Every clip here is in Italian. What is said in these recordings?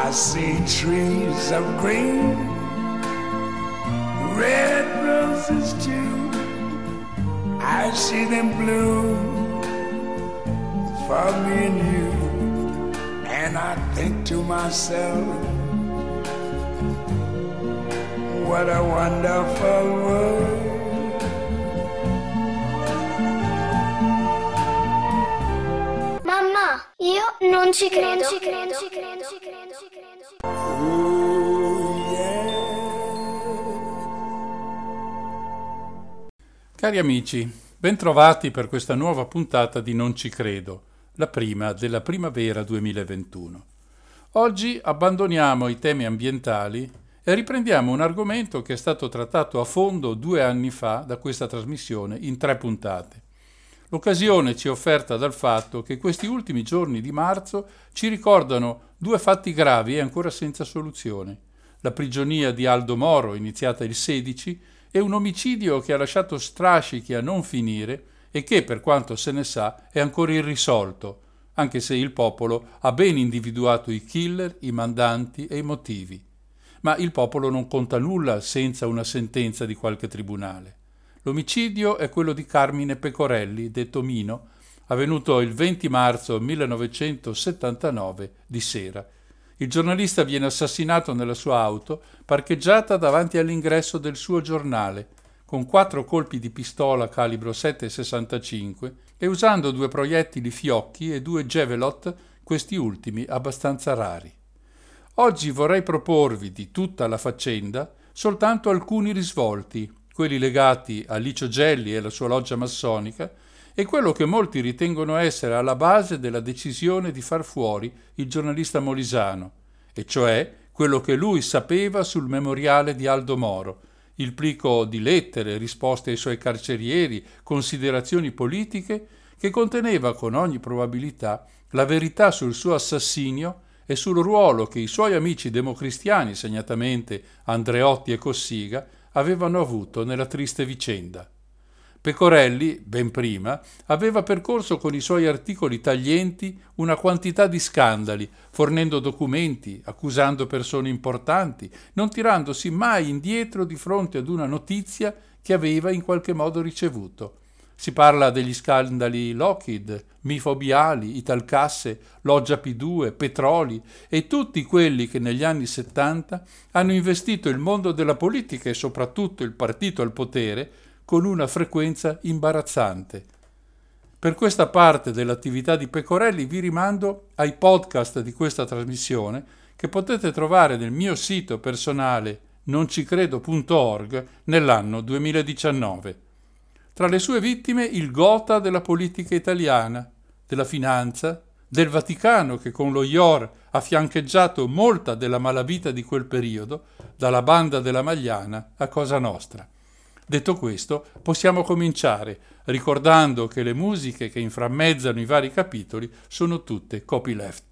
I see trees of green, red roses too. I see them bloom for me and you. And I think to myself, what a wonderful world. Mamma, io non ci credo. Ooh, yeah. Cari amici, bentrovati per questa nuova puntata di Non ci credo, la prima della primavera 2021. Oggi abbandoniamo i temi ambientali e riprendiamo un argomento che è stato trattato a fondo 2 anni fa da questa trasmissione in 3 puntate. L'occasione ci è offerta dal fatto che questi ultimi giorni di marzo ci ricordano 2 fatti gravi e ancora senza soluzione. La prigionia di Aldo Moro, iniziata il 16, e un omicidio che ha lasciato strascichi a non finire e che, per quanto se ne sa, è ancora irrisolto, anche se il popolo ha ben individuato i killer, i mandanti e i motivi. Ma il popolo non conta nulla senza una sentenza di qualche tribunale. L'omicidio è quello di Carmine Pecorelli, detto Mino, avvenuto il 20 marzo 1979 di sera. Il giornalista viene assassinato nella sua auto, parcheggiata davanti all'ingresso del suo giornale, con 4 colpi di pistola calibro 7,65 e usando 2 proiettili fiocchi e 2 Javelot, questi ultimi abbastanza rari. Oggi vorrei proporvi di tutta la faccenda soltanto alcuni risvolti, quelli legati a Licio Gelli e alla sua loggia massonica, e quello che molti ritengono essere alla base della decisione di far fuori il giornalista molisano, e cioè quello che lui sapeva sul memoriale di Aldo Moro, il plico di lettere, risposte ai suoi carcerieri, considerazioni politiche, che conteneva con ogni probabilità la verità sul suo assassinio e sul ruolo che i suoi amici democristiani, segnatamente Andreotti e Cossiga, avevano avuto nella triste vicenda. Pecorelli, ben prima, aveva percorso con i suoi articoli taglienti una quantità di scandali, fornendo documenti, accusando persone importanti, non tirandosi mai indietro di fronte ad una notizia che aveva in qualche modo ricevuto. Si parla degli scandali Lockheed, Mifobiali, Italcasse, Loggia P2, Petroli e tutti quelli che negli anni 70 hanno investito il mondo della politica e soprattutto il partito al potere con una frequenza imbarazzante. Per questa parte dell'attività di Pecorelli vi rimando ai podcast di questa trasmissione che potete trovare nel mio sito personale noncicredo.org nell'anno 2019. Tra le sue vittime il gotha della politica italiana, della finanza, del Vaticano che con lo IOR ha fiancheggiato molta della malavita di quel periodo, dalla banda della Magliana a Cosa Nostra. Detto questo, possiamo cominciare, ricordando che le musiche che inframmezzano i vari capitoli sono tutte copyleft.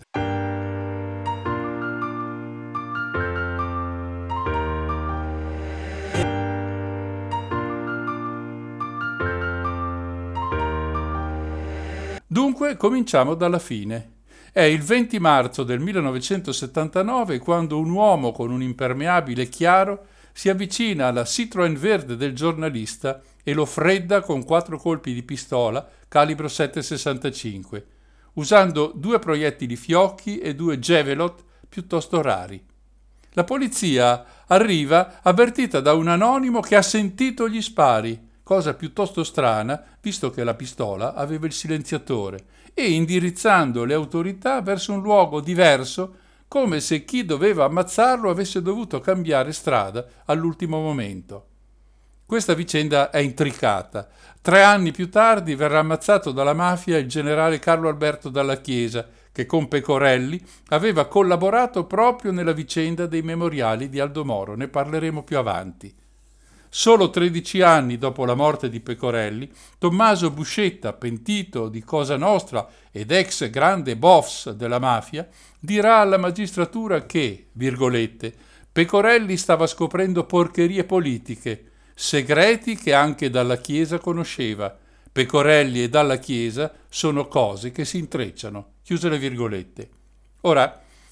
Dunque, cominciamo dalla fine. È il 20 marzo del 1979 quando un uomo con un impermeabile chiaro si avvicina alla Citroën verde del giornalista e lo fredda con 4 colpi di pistola calibro 7,65, usando 2 proiettili fiocchi e 2 Javelot piuttosto rari. La polizia arriva avvertita da un anonimo che ha sentito gli spari, cosa piuttosto strana, visto che la pistola aveva il silenziatore, e indirizzando le autorità verso un luogo diverso, come se chi doveva ammazzarlo avesse dovuto cambiare strada all'ultimo momento. Questa vicenda è intricata. 3 anni più tardi verrà ammazzato dalla mafia il generale Carlo Alberto Dalla Chiesa, che con Pecorelli aveva collaborato proprio nella vicenda dei memoriali di Aldo Moro. Ne parleremo più avanti. Solo 13 anni dopo la morte di Pecorelli, Tommaso Buscetta, pentito di Cosa Nostra ed ex grande boss della mafia, dirà alla magistratura che, virgolette, Pecorelli stava scoprendo porcherie politiche, segreti che anche Dalla Chiesa conosceva. Pecorelli e Dalla Chiesa sono cose che si intrecciano, chiuse le virgolette. Ora,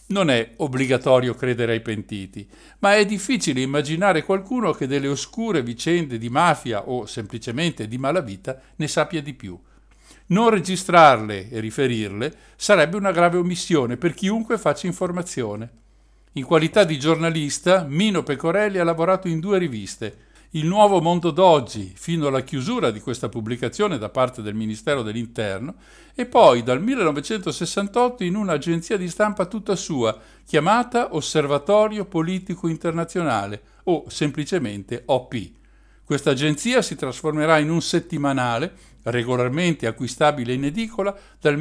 Non è obbligatorio credere ai pentiti, ma è difficile immaginare qualcuno che delle oscure vicende di mafia o semplicemente di malavita ne sappia di più. Non registrarle e riferirle sarebbe una grave omissione per chiunque faccia informazione. In qualità di giornalista, Mino Pecorelli ha lavorato in 2 riviste, Il Nuovo Mondo d'Oggi, fino alla chiusura di questa pubblicazione da parte del Ministero dell'Interno, e poi dal 1968 in un'agenzia di stampa tutta sua, chiamata Osservatorio Politico Internazionale, o semplicemente OP. Questa agenzia si trasformerà in un settimanale, regolarmente acquistabile in edicola, dal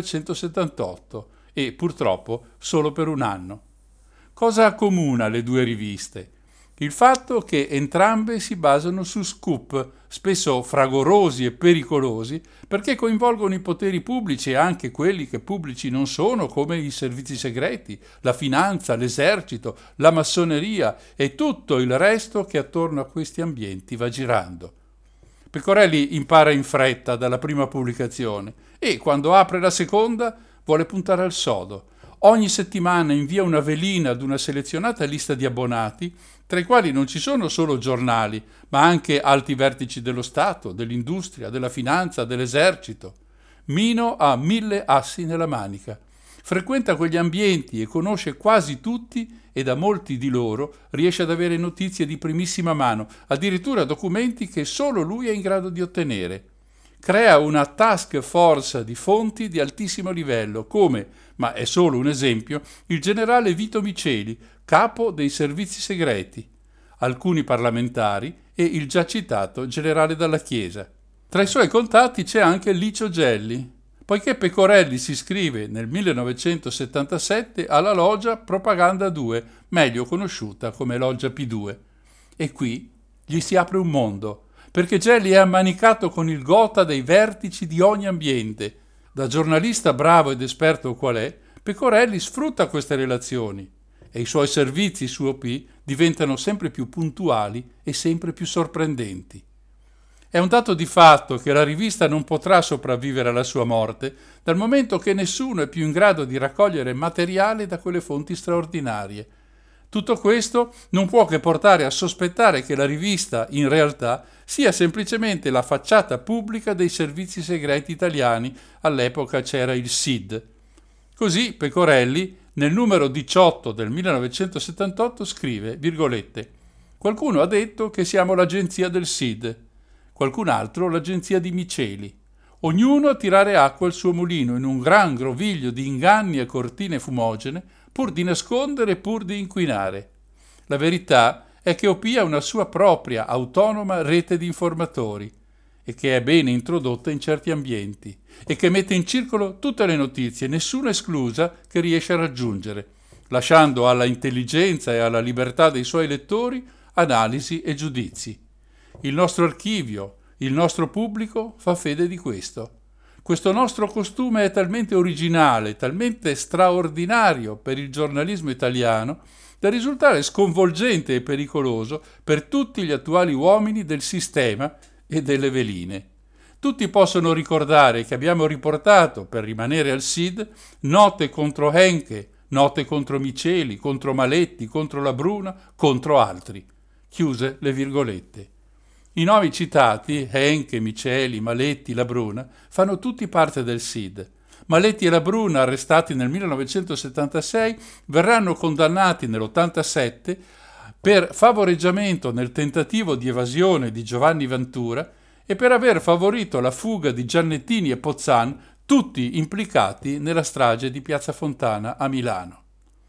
1978 e purtroppo solo per un anno. Cosa accomuna le 2 riviste? Il fatto che entrambe si basano su scoop, spesso fragorosi e pericolosi, perché coinvolgono i poteri pubblici e anche quelli che pubblici non sono, come i servizi segreti, la finanza, l'esercito, la massoneria e tutto il resto che attorno a questi ambienti va girando. Pecorelli impara in fretta dalla prima pubblicazione e, quando apre la seconda, vuole puntare al sodo. Ogni settimana invia una velina ad una selezionata lista di abbonati, tra i quali non ci sono solo giornali, ma anche alti vertici dello Stato, dell'industria, della finanza, dell'esercito. Mino ha 1000 assi nella manica. Frequenta quegli ambienti e conosce quasi tutti e da molti di loro riesce ad avere notizie di primissima mano, addirittura documenti che solo lui è in grado di ottenere. Crea una task force di fonti di altissimo livello, come, ma è solo un esempio, il generale Vito Miceli, capo dei servizi segreti, alcuni parlamentari e il già citato generale Dalla Chiesa. Tra i suoi contatti c'è anche Licio Gelli, poiché Pecorelli si iscrive nel 1977 alla loggia Propaganda 2, meglio conosciuta come loggia P2. E qui gli si apre un mondo, perché Gelli è ammanicato con il gotha dei vertici di ogni ambiente. Da giornalista bravo ed esperto qual è, Pecorelli sfrutta queste relazioni e i suoi servizi su OP diventano sempre più puntuali e sempre più sorprendenti. È un dato di fatto che la rivista non potrà sopravvivere alla sua morte, dal momento che nessuno è più in grado di raccogliere materiale da quelle fonti straordinarie. Tutto questo non può che portare a sospettare che la rivista, in realtà, sia semplicemente la facciata pubblica dei servizi segreti italiani. All'epoca c'era il SID. Così Pecorelli, nel numero 18 del 1978, scrive, virgolette, «Qualcuno ha detto che siamo l'agenzia del SID, qualcun altro l'agenzia di Miceli. Ognuno a tirare acqua al suo mulino in un gran groviglio di inganni e cortine fumogene, pur di nascondere e pur di inquinare. La verità è che OP ha una sua propria autonoma rete di informatori e che è bene introdotta in certi ambienti e che mette in circolo tutte le notizie, nessuna esclusa, che riesce a raggiungere, lasciando alla intelligenza e alla libertà dei suoi lettori analisi e giudizi. Il nostro archivio, il nostro pubblico fa fede di questo. Questo nostro costume è talmente originale, talmente straordinario per il giornalismo italiano, da risultare sconvolgente e pericoloso per tutti gli attuali uomini del sistema e delle veline. Tutti possono ricordare che abbiamo riportato, per rimanere al SID, note contro Henke, note contro Miceli, contro Maletti, contro La Bruna, contro altri. Chiuse le virgolette. I nomi citati, Henke, Miceli, Maletti, La Bruna, fanno tutti parte del SID. Maletti e La Bruna, arrestati nel 1976, verranno condannati nell'87 per favoreggiamento nel tentativo di evasione di Giovanni Ventura e per aver favorito la fuga di Giannettini e Pozzan, tutti implicati nella strage di Piazza Fontana a Milano.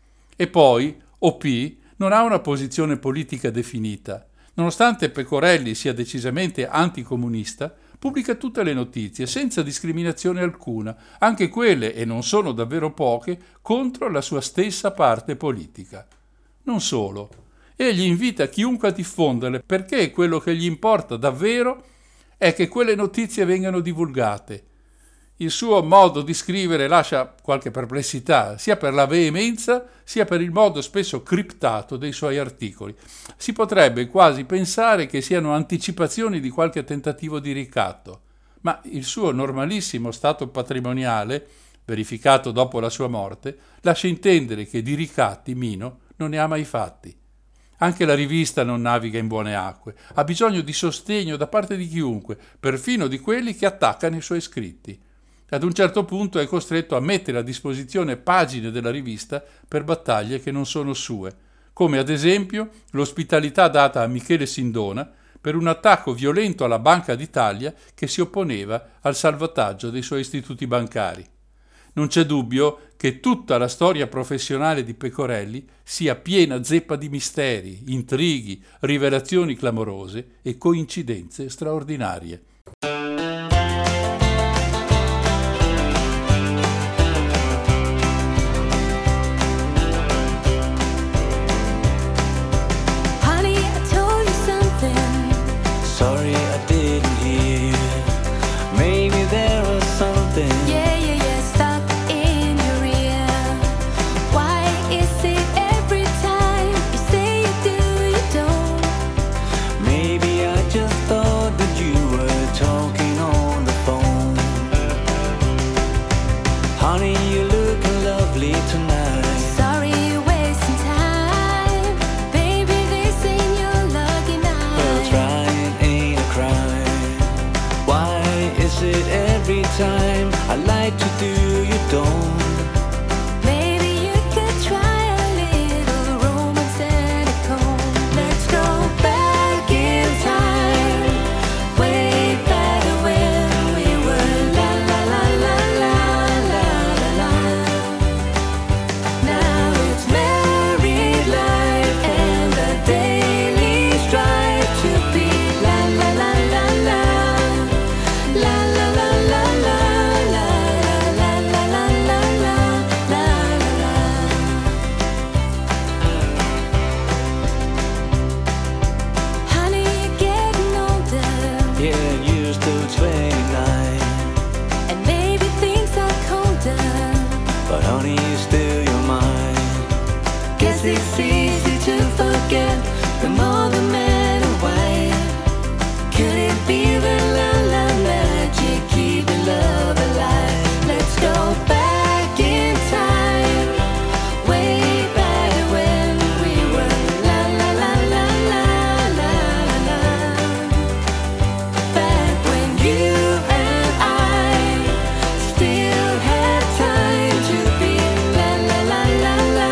E poi OP non ha una posizione politica definita. Nonostante Pecorelli sia decisamente anticomunista, pubblica tutte le notizie senza discriminazione alcuna, anche quelle, e non sono davvero poche, contro la sua stessa parte politica. Non solo, egli invita chiunque a diffonderle perché quello che gli importa davvero è che quelle notizie vengano divulgate. Il suo modo di scrivere lascia qualche perplessità, sia per la veemenza, sia per il modo spesso criptato dei suoi articoli. Si potrebbe quasi pensare che siano anticipazioni di qualche tentativo di ricatto, ma il suo normalissimo stato patrimoniale verificato dopo la sua morte, lascia intendere che di ricatti Mino non ne ha mai fatti. Anche la rivista non naviga in buone acque, ha bisogno di sostegno da parte di chiunque, perfino di quelli che attaccano i suoi scritti. Ad un certo punto è costretto a mettere a disposizione pagine della rivista per battaglie che non sono sue, come ad esempio l'ospitalità data a Michele Sindona per un attacco violento alla Banca d'Italia che si opponeva al salvataggio dei suoi istituti bancari. Non c'è dubbio che tutta la storia professionale di Pecorelli sia piena zeppa di misteri, intrighi, rivelazioni clamorose e coincidenze straordinarie. I like to do, you don't. Maybe you could try a little romance and a comb. Let's go back in time, way back when we were la la la la la la la la. Now it's married life and the daily strive to be la la la la la la la la la la. It's easy to forget the more the man and wife. Could it be the la-la magic keeping love alive? Let's go back in time, way back when we were la-la-la-la-la-la-la. Back when you and I still had time to be la-la-la-la-la.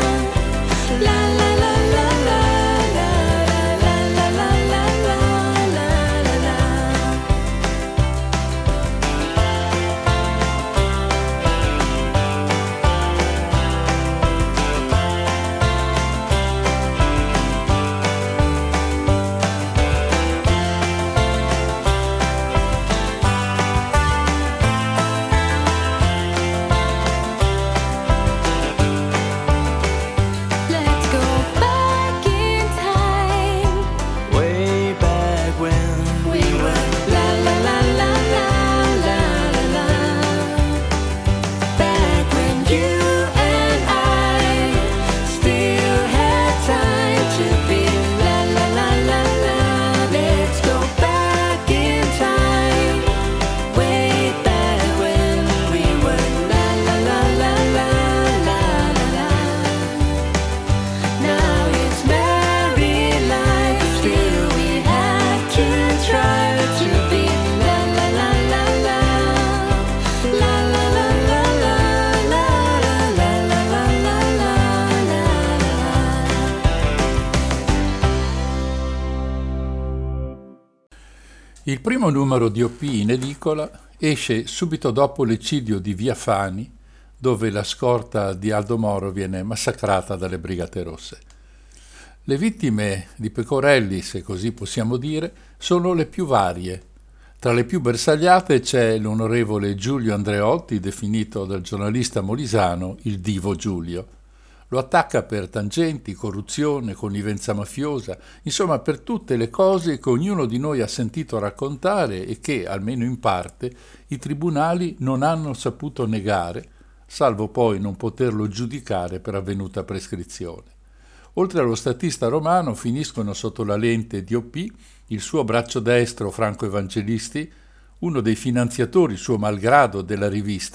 Il primo numero di OP in edicola esce subito dopo l'eccidio di Via Fani, dove la scorta di Aldo Moro viene massacrata dalle Brigate Rosse. Le vittime di Pecorelli, se così possiamo dire, sono le più varie. Tra le più bersagliate c'è l'onorevole Giulio Andreotti, definito dal giornalista molisano il Divo Giulio. Lo attacca per tangenti, corruzione, connivenza mafiosa, insomma per tutte le cose che ognuno di noi ha sentito raccontare e che, almeno in parte, i tribunali non hanno saputo negare, salvo poi non poterlo giudicare per avvenuta prescrizione. Oltre allo statista romano finiscono sotto la lente di OP il suo braccio destro Franco Evangelisti, uno dei finanziatori suo malgrado della rivista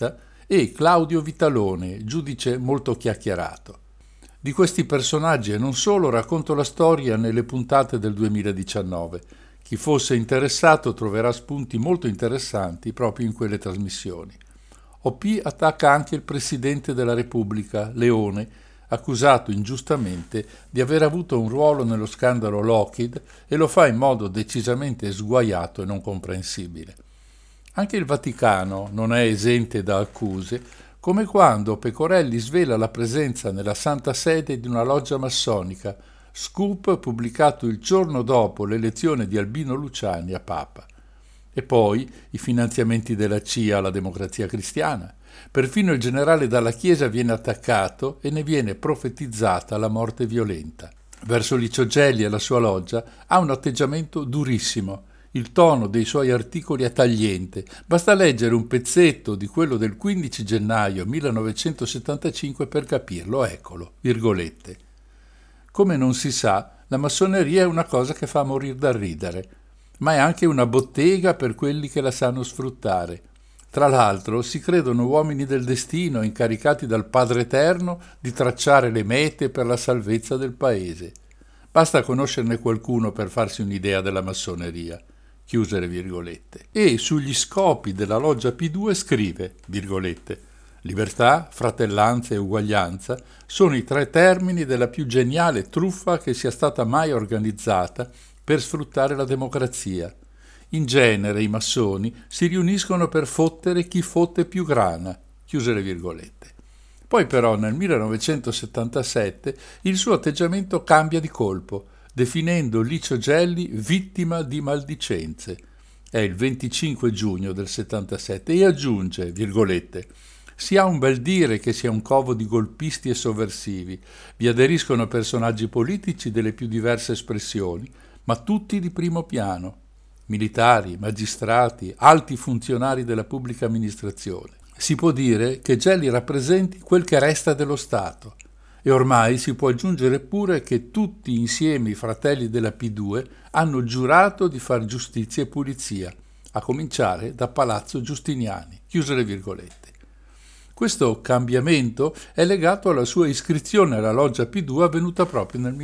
e Claudio Vitalone, giudice molto chiacchierato. Di questi personaggi e non solo racconto la storia nelle puntate del 2019. Chi fosse interessato troverà spunti molto interessanti proprio in quelle trasmissioni. OP attacca anche il Presidente della Repubblica, Leone, accusato ingiustamente di aver avuto un ruolo nello scandalo Lockheed e lo fa in modo decisamente sguaiato e non comprensibile. Anche il Vaticano non è esente da accuse, come quando Pecorelli svela la presenza nella Santa Sede di una loggia massonica, scoop pubblicato il giorno dopo l'elezione di Albino Luciani a Papa. E poi i finanziamenti della CIA alla Democrazia Cristiana. Perfino il generale Dalla Chiesa viene attaccato e ne viene profetizzata la morte violenta. Verso Licio Gelli e la sua loggia ha un atteggiamento durissimo. Il tono dei suoi articoli è tagliente. Basta leggere un pezzetto di quello del 15 gennaio 1975 per capirlo, eccolo, virgolette. Come non si sa, la massoneria è una cosa che fa morire da ridere, ma è anche una bottega per quelli che la sanno sfruttare. Tra l'altro si credono uomini del destino incaricati dal Padre Eterno di tracciare le mete per la salvezza del paese. Basta conoscerne qualcuno per farsi un'idea della massoneria. Chiuse le virgolette. E sugli scopi della loggia P2 scrive, virgolette, libertà, fratellanza e uguaglianza sono i 3 termini della più geniale truffa che sia stata mai organizzata per sfruttare la democrazia. In genere i massoni si riuniscono per fottere chi fotte più grana, chiuse le virgolette. Poi però nel 1977 il suo atteggiamento cambia di colpo, definendo Licio Gelli vittima di maldicenze. È il 25 giugno del 77 e aggiunge, virgolette, si ha un bel dire che sia un covo di golpisti e sovversivi, vi aderiscono personaggi politici delle più diverse espressioni, ma tutti di primo piano, militari, magistrati, alti funzionari della pubblica amministrazione. Si può dire che Gelli rappresenti quel che resta dello Stato. E ormai si può aggiungere pure che tutti insieme i fratelli della P2 hanno giurato di far giustizia e pulizia, a cominciare da Palazzo Giustiniani, chiuse le virgolette. Questo cambiamento è legato alla sua iscrizione alla loggia P2 avvenuta proprio nel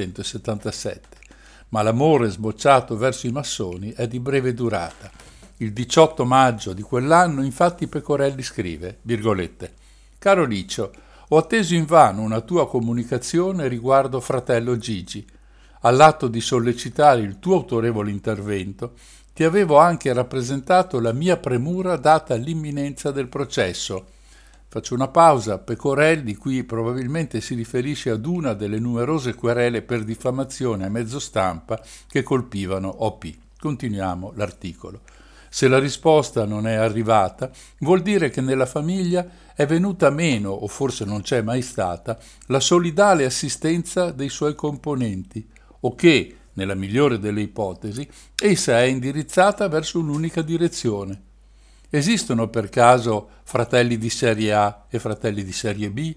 1977, ma l'amore sbocciato verso i massoni è di breve durata. Il 18 maggio di quell'anno infatti Pecorelli scrive, virgolette, caro Licio, ho atteso invano una tua comunicazione riguardo fratello Gigi. All'atto di sollecitare il tuo autorevole intervento, ti avevo anche rappresentato la mia premura data l'imminenza del processo. Faccio una pausa, Pecorelli qui probabilmente si riferisce ad una delle numerose querele per diffamazione a mezzo stampa che colpivano OP. Continuiamo l'articolo. Se la risposta non è arrivata, vuol dire che nella famiglia è venuta meno, o forse non c'è mai stata, la solidale assistenza dei suoi componenti, o che, nella migliore delle ipotesi, essa è indirizzata verso un'unica direzione. Esistono per caso fratelli di serie A e fratelli di serie B?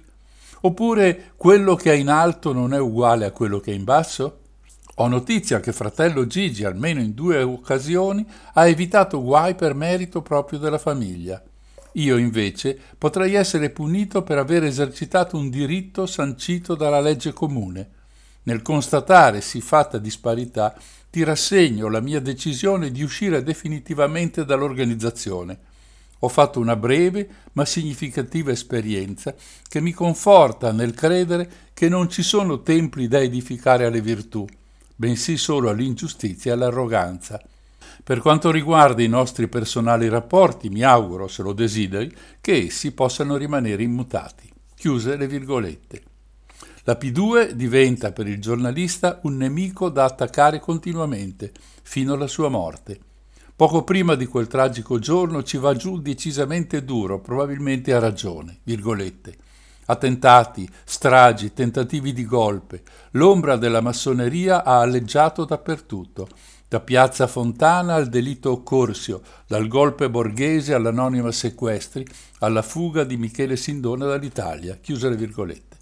Oppure quello che è in alto non è uguale a quello che è in basso? Ho notizia che fratello Gigi, almeno in 2 occasioni, ha evitato guai per merito proprio della famiglia. Io, invece, potrei essere punito per aver esercitato un diritto sancito dalla legge comune. Nel constatare siffatta disparità, ti rassegno la mia decisione di uscire definitivamente dall'organizzazione. Ho fatto una breve ma significativa esperienza che mi conforta nel credere che non ci sono templi da edificare alle virtù, bensì solo all'ingiustizia e all'arroganza. Per quanto riguarda i nostri personali rapporti, mi auguro, se lo desideri, che essi possano rimanere immutati. Chiuse le virgolette. La P2 diventa per il giornalista un nemico da attaccare continuamente, fino alla sua morte. Poco prima di quel tragico giorno ci va giù decisamente duro, probabilmente a ragione, virgolette. Attentati, stragi, tentativi di golpe. L'ombra della massoneria ha alleggiato dappertutto, da Piazza Fontana al delitto Occorsio, dal golpe borghese all'anonima sequestri, alla fuga di Michele Sindona dall'Italia. Chiuse le virgolette.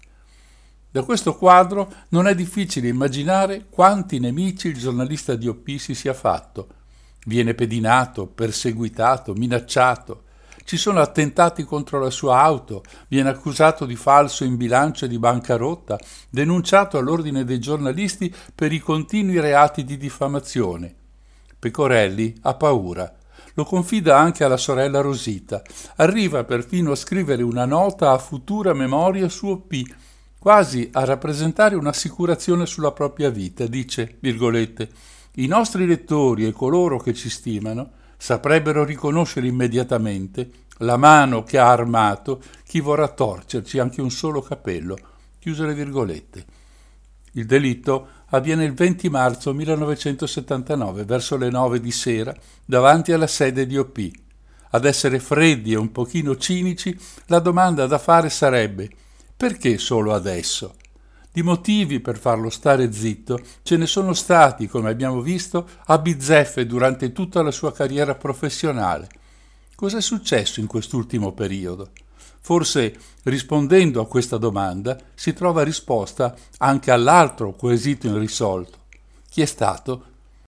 Da questo quadro non è difficile immaginare quanti nemici il giornalista di OP si sia fatto. Viene pedinato, perseguitato, minacciato. Ci sono attentati contro la sua auto, viene accusato di falso in bilancio e di bancarotta, denunciato all'ordine dei giornalisti per i continui reati di diffamazione. Pecorelli ha paura. Lo confida anche alla sorella Rosita. Arriva perfino a scrivere una nota a futura memoria su OP, quasi a rappresentare un'assicurazione sulla propria vita. Dice, virgolette, «I nostri lettori e coloro che ci stimano saprebbero riconoscere immediatamente la mano che ha armato chi vorrà torcerci anche un solo capello». Chiuse le virgolette. Il delitto avviene il 20 marzo 1979, verso le 9 di sera, davanti alla sede di OP. Ad essere freddi e un pochino cinici, la domanda da fare sarebbe: perché solo adesso? Di motivi per farlo stare zitto ce ne sono stati, come abbiamo visto, a bizzeffe durante tutta la sua carriera professionale. Cosa è successo in quest'ultimo periodo? Forse, rispondendo a questa domanda, si trova risposta anche all'altro quesito irrisolto. Chi è stato?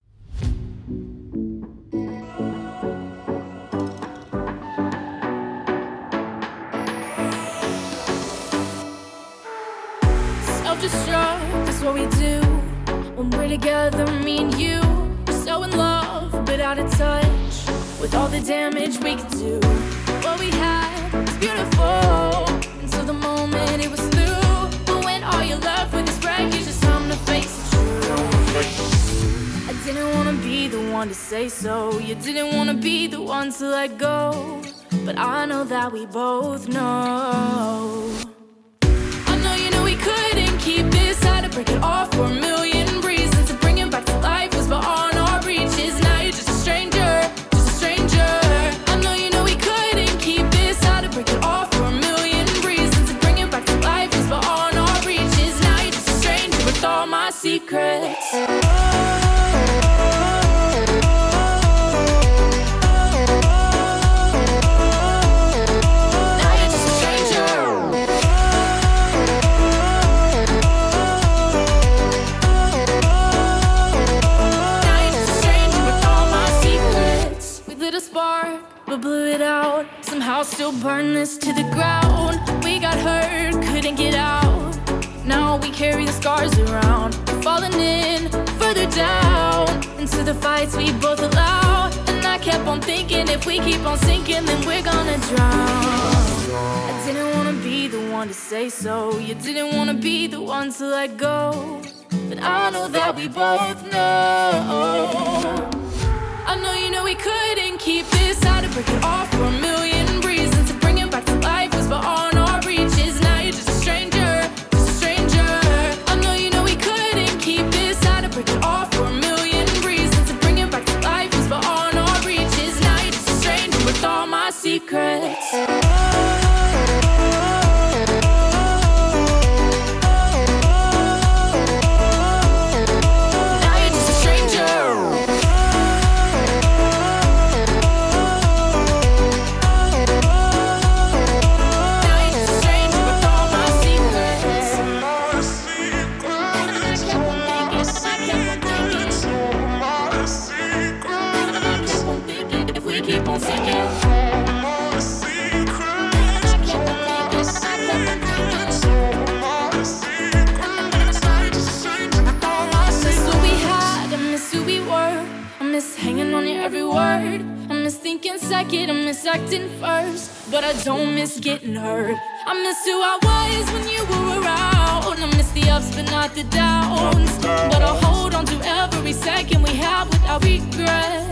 Self-destruct is what we do when we're together, me and you. We're so in love, but out of touch with all the damage we could do. What we had was beautiful until the moment it was through. But when all you're left with is wreckage, it's time to face the truth. I didn't wanna be the one to say so. You didn't wanna be the one to let go. But I know that we both know. I know you know we couldn't keep this. Had to break it off for a million reasons. To bring it back to life was beyond our reaches. Now you're just a stranger, just a stranger. I know you know we couldn't keep this. Had to break it off for a million reasons. To bring it back to life was beyond our reaches. Now you're just a stranger with all my secrets. Blew it out, somehow still burn this to the ground. We got hurt, couldn't get out. Now we carry the scars around. Falling in, further down into the fights we both allow. And I kept on thinking, if we keep on sinking, then we're gonna drown. I didn't wanna be the one to say so. You didn't wanna be the one to let go. But I know that we both know. I know you know we couldn't keep this. Had to break it off for a million reasons. To bring it back to life was beyond our reaches. Now you're just a stranger, just a stranger. I know you know we couldn't keep this. Had to break it off for a million reasons. To bring it back to life was beyond our reaches. Now you're just a stranger with all my secrets. Second, I miss acting first, but I don't miss getting hurt. I miss who I was when you were around. I miss the ups but not the downs. But I'll hold on to every second we have without regret.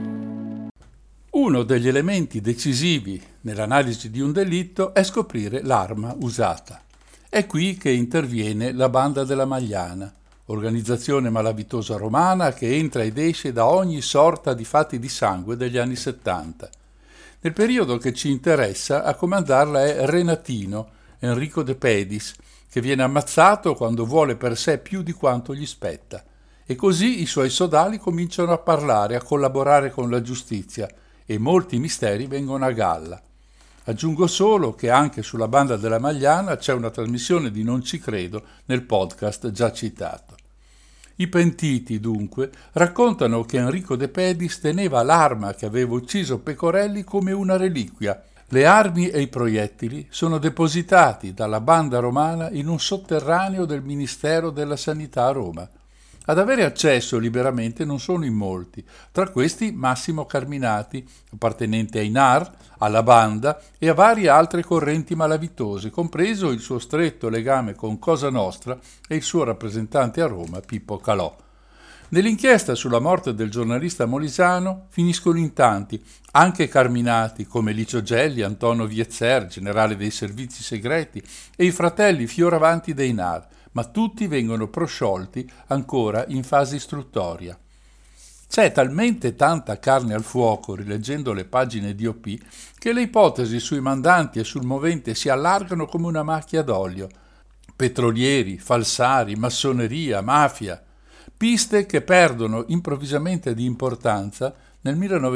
Uno degli elementi decisivi nell'analisi di un delitto è scoprire l'arma usata. È qui che interviene la Banda della Magliana, organizzazione malavitosa romana che entra ed esce da ogni sorta di fatti di sangue degli anni 70. Nel periodo che ci interessa a comandarla è Renatino, Enrico De Pedis, che viene ammazzato quando vuole per sé più di quanto gli spetta. E così i suoi sodali cominciano a parlare, a collaborare con la giustizia e molti misteri vengono a galla. Aggiungo solo che anche sulla Banda della Magliana c'è una trasmissione di Non ci credo nel podcast già citato. I pentiti, dunque, raccontano che Enrico De Pedis teneva l'arma che aveva ucciso Pecorelli come una reliquia, Le armi e i proiettili sono depositati dalla banda romana in un sotterraneo del Ministero della Sanità a Roma. Ad avere accesso liberamente non sono in molti, tra questi Massimo Carminati, appartenente ai NAR, alla banda e a varie altre correnti malavitose, compreso il suo stretto legame con Cosa Nostra e il suo rappresentante a Roma, Pippo Calò. Nell'inchiesta sulla morte del giornalista molisano finiscono in tanti, anche Carminati come Licio Gelli, Antonio Vietzer, generale dei servizi segreti, e i fratelli Fioravanti dei NAR, ma tutti vengono prosciolti ancora in fase istruttoria. C'è talmente tanta carne al fuoco, rileggendo le pagine di OP, che le ipotesi sui mandanti e sul movente si allargano come una macchia d'olio. Petrolieri, falsari, massoneria, mafia. Piste che perdono improvvisamente di importanza nel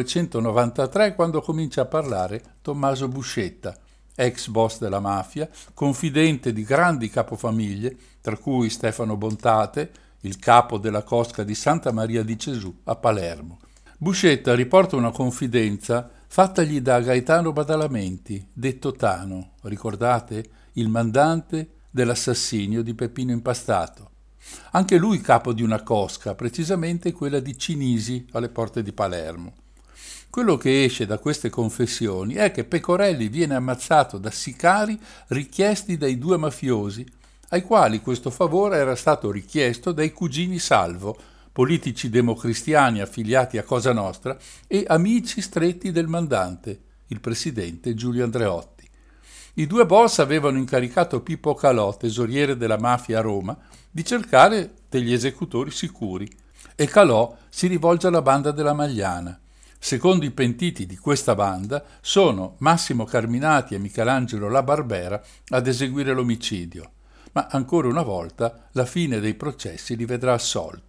1993, quando comincia a parlare Tommaso Buscetta, ex boss della mafia, confidente di grandi capofamiglie, tra cui Stefano Bontate, il capo della cosca di Santa Maria di Gesù a Palermo. Buscetta riporta una confidenza fattagli da Gaetano Badalamenti, detto Tano, ricordate? Il mandante dell'assassinio di Peppino Impastato. Anche lui capo di una cosca, precisamente quella di Cinisi, alle porte di Palermo. Quello che esce da queste confessioni è che Pecorelli viene ammazzato da sicari richiesti dai due mafiosi, ai quali questo favore era stato richiesto dai cugini Salvo, politici democristiani affiliati a Cosa Nostra e amici stretti del mandante, il presidente Giulio Andreotti. I due boss avevano incaricato Pippo Calò, tesoriere della mafia a Roma, di cercare degli esecutori sicuri, e Calò si rivolge alla banda della Magliana. Secondo i pentiti di questa banda sono Massimo Carminati e Michelangelo La Barbera ad eseguire l'omicidio, ma ancora una volta la fine dei processi li vedrà assolti.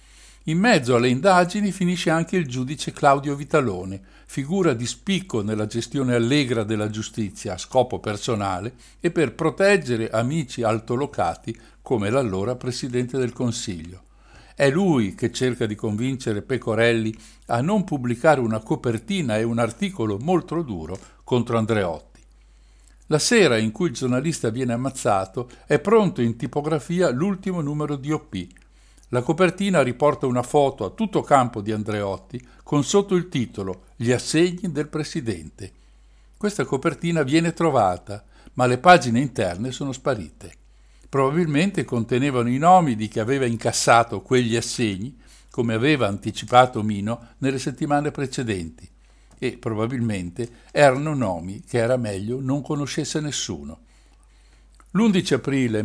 In mezzo alle indagini finisce anche il giudice Claudio Vitalone, figura di spicco nella gestione allegra della giustizia a scopo personale e per proteggere amici altolocati come l'allora Presidente del Consiglio. È lui che cerca di convincere Pecorelli a non pubblicare una copertina e un articolo molto duro contro Andreotti. La sera in cui il giornalista viene ammazzato è pronto in tipografia l'ultimo numero di OP. La copertina riporta una foto a tutto campo di Andreotti con sotto il titolo «Gli assegni del Presidente». Questa copertina viene trovata, ma le pagine interne sono sparite. Probabilmente contenevano i nomi di chi aveva incassato quegli assegni, come aveva anticipato Mino nelle settimane precedenti, e probabilmente erano nomi che era meglio non conoscesse nessuno. L'11 aprile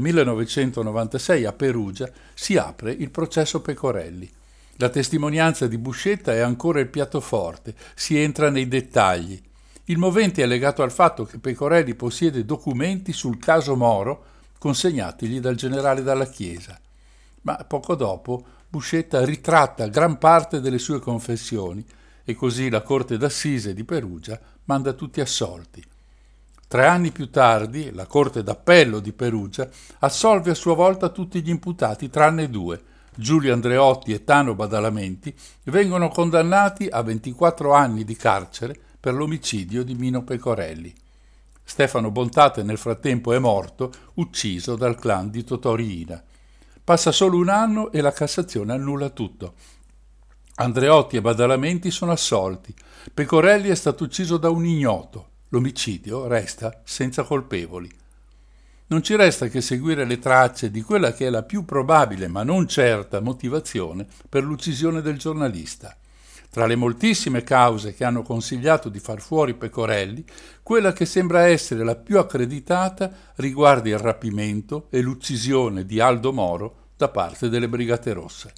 1996 a Perugia si apre il processo Pecorelli. La testimonianza di Buscetta è ancora il piatto forte, si entra nei dettagli. Il movente è legato al fatto che Pecorelli possiede documenti sul caso Moro consegnatigli dal generale Dalla Chiesa. Ma poco dopo Buscetta ritratta gran parte delle sue confessioni e così la Corte d'Assise di Perugia manda tutti assolti. 3 anni più tardi, la Corte d'Appello di Perugia assolve a sua volta tutti gli imputati tranne 2, Giulio Andreotti e Tano Badalamenti, vengono condannati a 24 anni di carcere per l'omicidio di Mino Pecorelli. Stefano Bontate nel frattempo è morto, ucciso dal clan di Totò Riina. Passa solo 1 anno e la Cassazione annulla tutto. Andreotti e Badalamenti sono assolti. Pecorelli è stato ucciso da un ignoto. L'omicidio resta senza colpevoli. Non ci resta che seguire le tracce di quella che è la più probabile ma non certa motivazione per l'uccisione del giornalista. Tra le moltissime cause che hanno consigliato di far fuori Pecorelli, quella che sembra essere la più accreditata riguarda il rapimento e l'uccisione di Aldo Moro da parte delle Brigate Rosse.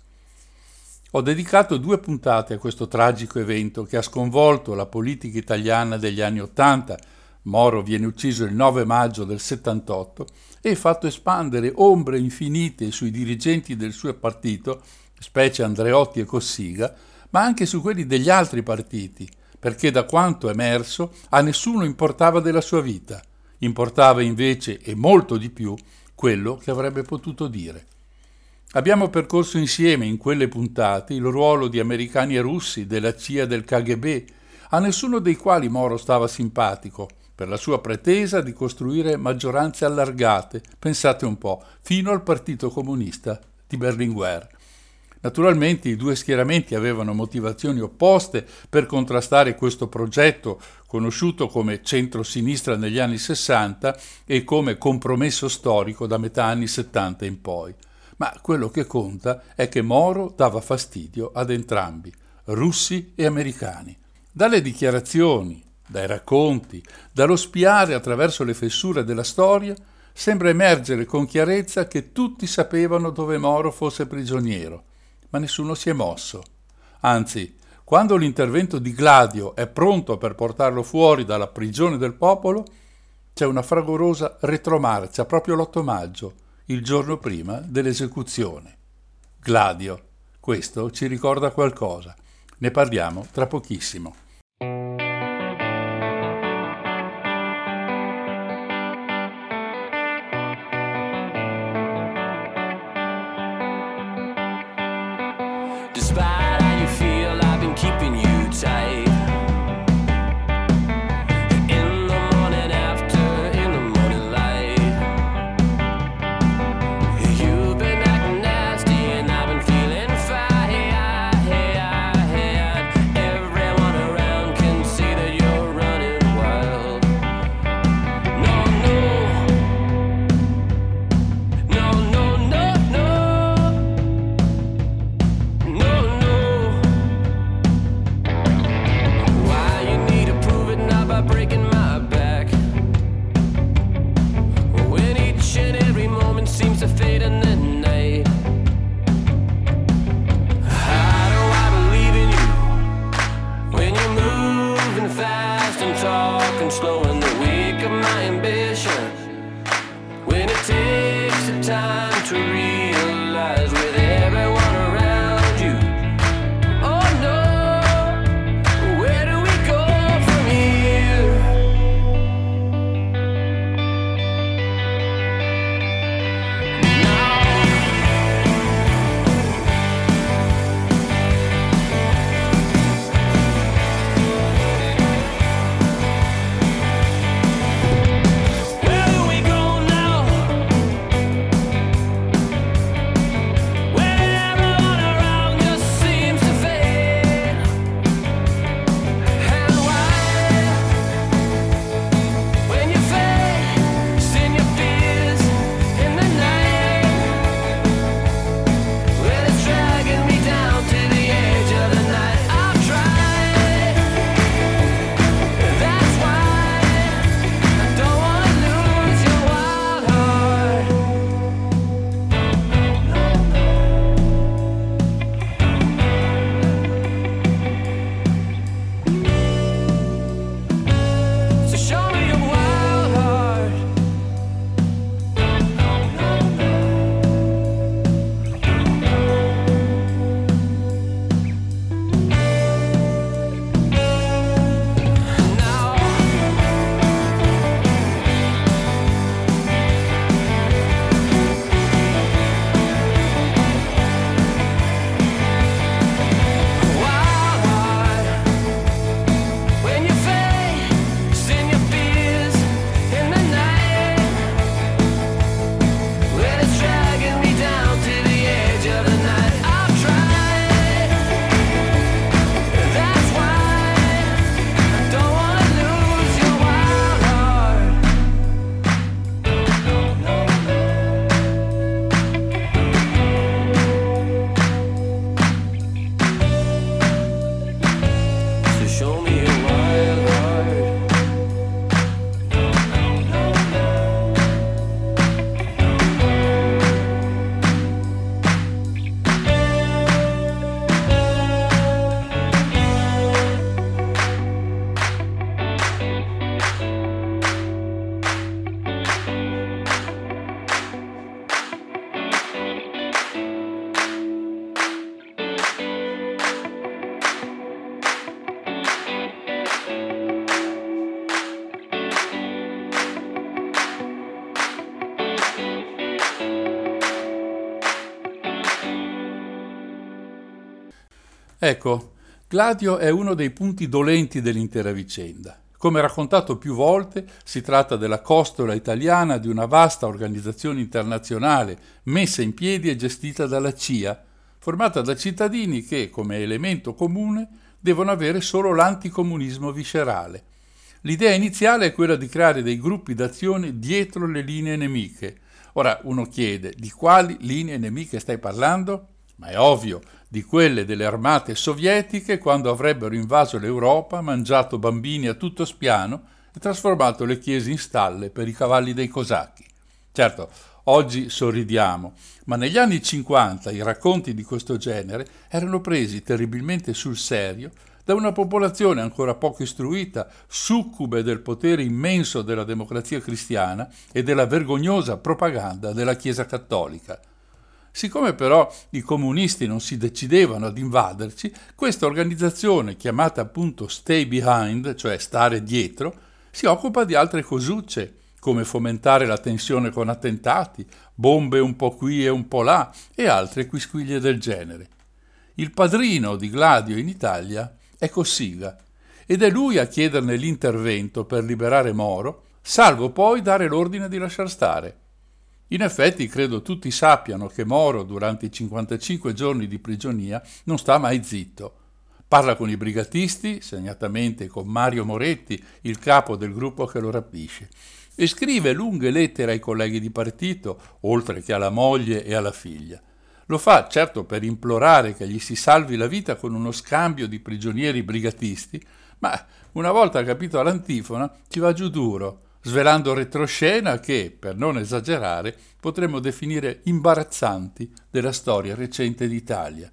Ho dedicato 2 puntate a questo tragico evento che ha sconvolto la politica italiana degli anni '80. Moro viene ucciso il 9 maggio del 78 e fatto espandere ombre infinite sui dirigenti del suo partito, specie Andreotti e Cossiga, ma anche su quelli degli altri partiti, perché da quanto emerso a nessuno importava della sua vita. Importava invece, e molto di più, quello che avrebbe potuto dire. Abbiamo percorso insieme in quelle puntate il ruolo di americani e russi, della CIA e del KGB, a nessuno dei quali Moro stava simpatico, per la sua pretesa di costruire maggioranze allargate, pensate un po', fino al Partito Comunista di Berlinguer. Naturalmente i due schieramenti avevano motivazioni opposte per contrastare questo progetto, conosciuto come centro-sinistra negli anni 60 e come compromesso storico da metà anni 70 in poi. Ma quello che conta è che Moro dava fastidio ad entrambi, russi e americani. Dalle dichiarazioni, dai racconti, dallo spiare attraverso le fessure della storia, sembra emergere con chiarezza che tutti sapevano dove Moro fosse prigioniero, ma nessuno si è mosso. Anzi, quando l'intervento di Gladio è pronto per portarlo fuori dalla prigione del popolo, c'è una fragorosa retromarcia proprio l'8 maggio, il giorno prima dell'esecuzione. Gladio, questo ci ricorda qualcosa. Ne parliamo tra pochissimo. Despite how you feel, I've been keeping you tight. In the morning after, in the morning light. You've been acting nasty and I've been feeling fine. Everyone around can see that you're running wild. No, no, no, no, no, no. Breaking my back when each and every moment seems to fade in the night. How do I believe in you when you're moving fast and talking slow in the wake of my ambition? When it takes the time to realize with everyone around you, oh no, where do we go from here? Where do we go now? When everyone around just seems to fade. And why? When you face in your fears in the night, well, it's dragging me down to the edge of the night. I've tried. That's why I don't wanna lose your wild heart. So show me your wild heart. Now wild heart, when you face in your fears in the night, well, it's dragging me down to the edge of the night. I've tried. That's why I don't wanna lose your wild heart. So show me your wild heart. Ecco, Gladio è uno dei punti dolenti dell'intera vicenda. Come raccontato più volte, si tratta della costola italiana di una vasta organizzazione internazionale messa in piedi e gestita dalla CIA, formata da cittadini che, come elemento comune, devono avere solo l'anticomunismo viscerale. L'idea iniziale è quella di creare dei gruppi d'azione dietro le linee nemiche. Ora uno chiede: di quali linee nemiche stai parlando? Ma è ovvio, di quelle delle armate sovietiche quando avrebbero invaso l'Europa, mangiato bambini a tutto spiano e trasformato le chiese in stalle per i cavalli dei cosacchi. Certo, oggi sorridiamo, ma negli anni 50 i racconti di questo genere erano presi terribilmente sul serio da una popolazione ancora poco istruita, succube del potere immenso della democrazia cristiana e della vergognosa propaganda della Chiesa cattolica. Siccome però i comunisti non si decidevano ad invaderci, questa organizzazione, chiamata appunto Stay Behind, cioè stare dietro, si occupa di altre cosucce, come fomentare la tensione con attentati, bombe un po' qui e un po' là e altre quisquiglie del genere. Il padrino di Gladio in Italia è Cossiga ed è lui a chiederne l'intervento per liberare Moro, salvo poi dare l'ordine di lasciar stare. In effetti credo tutti sappiano che Moro durante i 55 giorni di prigionia non sta mai zitto. Parla con i brigatisti, segnatamente con Mario Moretti, il capo del gruppo che lo rapisce, e scrive lunghe lettere ai colleghi di partito, oltre che alla moglie e alla figlia. Lo fa certo per implorare che gli si salvi la vita con uno scambio di prigionieri brigatisti, ma una volta capito l'antifona ci va giù duro, svelando retroscena che, per non esagerare, potremmo definire imbarazzanti della storia recente d'Italia.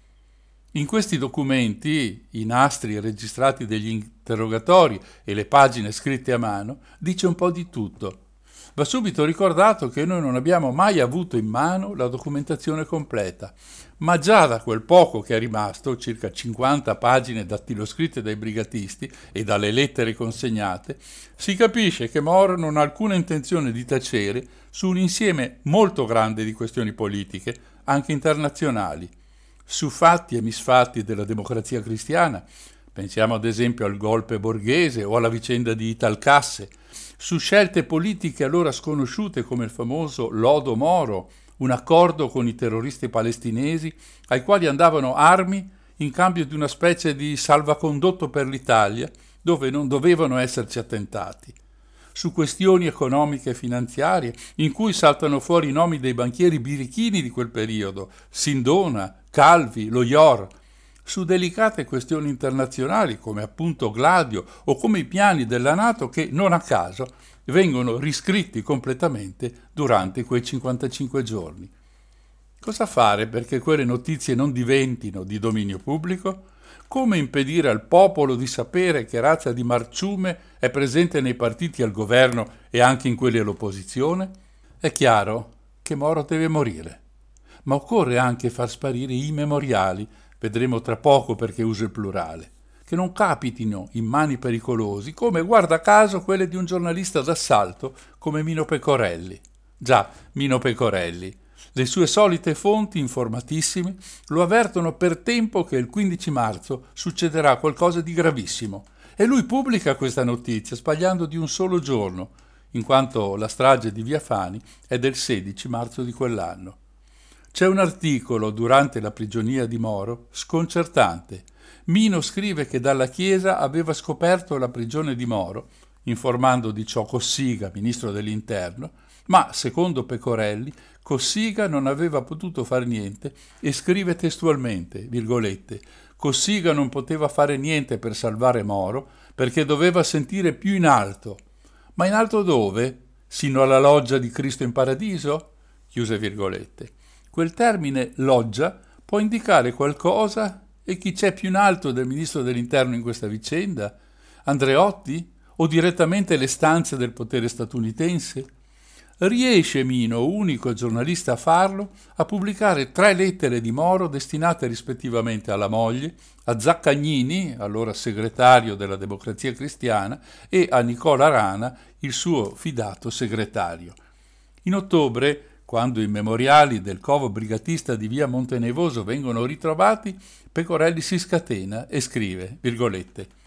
In questi documenti, i nastri registrati degli interrogatori e le pagine scritte a mano, dice un po' di tutto. Va subito ricordato che noi non abbiamo mai avuto in mano la documentazione completa, ma già da quel poco che è rimasto, circa 50 pagine dattiloscritte dai brigatisti e dalle lettere consegnate, si capisce che Moro non ha alcuna intenzione di tacere su un insieme molto grande di questioni politiche, anche internazionali, su fatti e misfatti della democrazia cristiana. Pensiamo ad esempio al golpe borghese o alla vicenda di Italcasse, su scelte politiche allora sconosciute come il famoso Lodo Moro, un accordo con i terroristi palestinesi ai quali andavano armi in cambio di una specie di salvacondotto per l'Italia dove non dovevano esserci attentati. Su questioni economiche e finanziarie in cui saltano fuori i nomi dei banchieri birichini di quel periodo, Sindona, Calvi, Lo Ior, su delicate questioni internazionali come appunto Gladio o come i piani della NATO che, non a caso, vengono riscritti completamente durante quei 55 giorni. Cosa fare perché quelle notizie non diventino di dominio pubblico? Come impedire al popolo di sapere che razza di marciume è presente nei partiti al governo e anche in quelli all'opposizione? È chiaro che Moro deve morire, ma occorre anche far sparire i memoriali, vedremo tra poco perché uso il plurale, che non capitino in mani pericolosi, come guarda caso quelle di un giornalista d'assalto come Mino Pecorelli. Già, Mino Pecorelli. Le sue solite fonti, informatissime, lo avvertono per tempo che il 15 marzo succederà qualcosa di gravissimo e lui pubblica questa notizia sbagliando di un solo giorno, in quanto la strage di Via Fani è del 16 marzo di quell'anno. C'è un articolo durante la prigionia di Moro sconcertante. Mino scrive che dalla Chiesa aveva scoperto la prigione di Moro, informando di ciò Cossiga, ministro dell'Interno, ma, secondo Pecorelli, Cossiga non aveva potuto fare niente e scrive testualmente, virgolette, Cossiga non poteva fare niente per salvare Moro perché doveva sentire più in alto. Ma in alto dove? Sino alla loggia di Cristo in Paradiso? Chiuse virgolette. Quel termine loggia può indicare qualcosa e chi c'è più in alto del ministro dell'Interno in questa vicenda? Andreotti? O direttamente le stanze del potere statunitense? Riesce Mino, unico giornalista a farlo, a pubblicare 3 lettere di Moro destinate rispettivamente alla moglie, a Zaccagnini, allora segretario della Democrazia Cristiana, e a Nicola Rana, il suo fidato segretario. In ottobre, quando i memoriali del covo brigatista di via Montenevoso vengono ritrovati, Pecorelli si scatena e scrive, virgolette,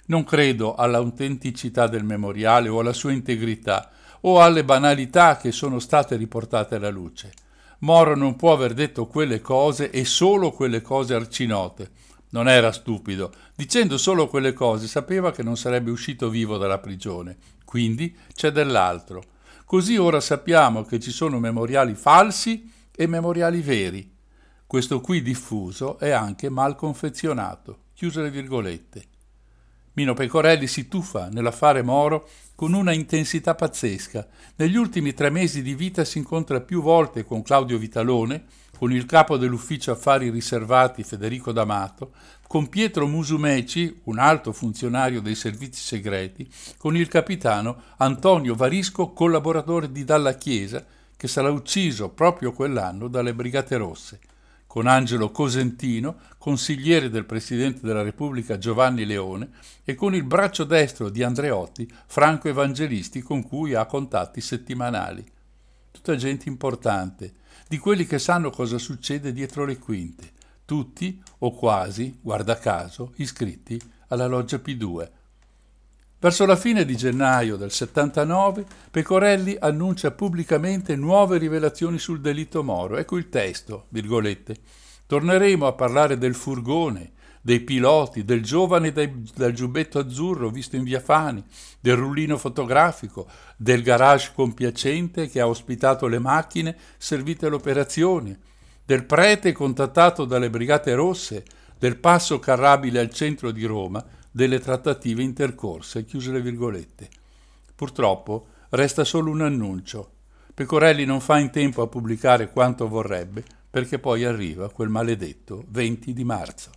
Non credo all'autenticità del memoriale o alla sua integrità o alle banalità che sono state riportate alla luce. Moro non può aver detto quelle cose e solo quelle cose arcinote. Non era stupido. Dicendo solo quelle cose sapeva che non sarebbe uscito vivo dalla prigione. Quindi c'è dell'altro. Così ora sappiamo che ci sono memoriali falsi e memoriali veri. Questo qui diffuso è anche mal confezionato. Chiuse le virgolette. Mino Pecorelli si tuffa nell'affare Moro con una intensità pazzesca. Negli ultimi 3 mesi di vita si incontra più volte con Claudio Vitalone, con il capo dell'ufficio affari riservati Federico D'Amato, con Pietro Musumeci, un alto funzionario dei servizi segreti, con il capitano Antonio Varisco, collaboratore di Dalla Chiesa, che sarà ucciso proprio quell'anno dalle Brigate Rosse, con Angelo Cosentino, consigliere del Presidente della Repubblica Giovanni Leone, e con il braccio destro di Andreotti, Franco Evangelisti, con cui ha contatti settimanali. Tutta gente importante, di quelli che sanno cosa succede dietro le quinte, tutti, o quasi, guarda caso, iscritti alla Loggia P2. Verso la fine di gennaio del 79, Pecorelli annuncia pubblicamente nuove rivelazioni sul delitto Moro. Ecco il testo, virgolette. Torneremo a parlare del furgone, dei piloti, del giovane dal giubbetto azzurro visto in via Fani, del rullino fotografico, del garage compiacente che ha ospitato le macchine servite all'operazione, del prete contattato dalle Brigate Rosse, del passo carrabile al centro di Roma, delle trattative intercorse, chiuse le virgolette. Purtroppo resta solo un annuncio. Pecorelli non fa in tempo a pubblicare quanto vorrebbe, perché poi arriva quel maledetto 20 di marzo.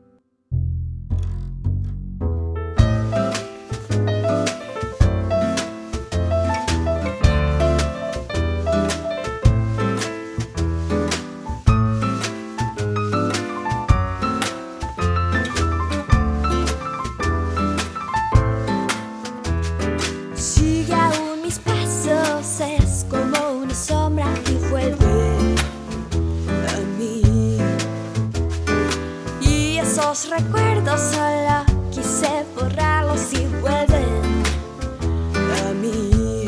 Sigue aún mis pasos, es como una sombra que vuelve a mí. Y esos recuerdos solo quise borrarlos y vuelven a mí.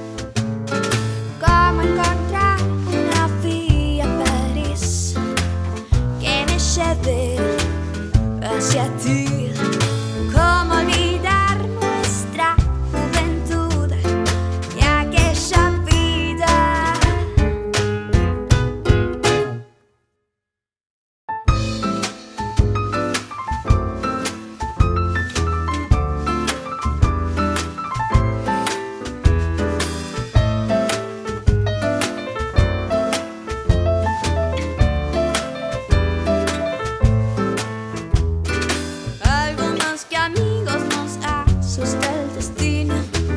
Como encontrar una vía a París que me lleve hacia ti. Como olvidar nuestra juventud y aquella vida. Algo más que amigos nos asusta el destino.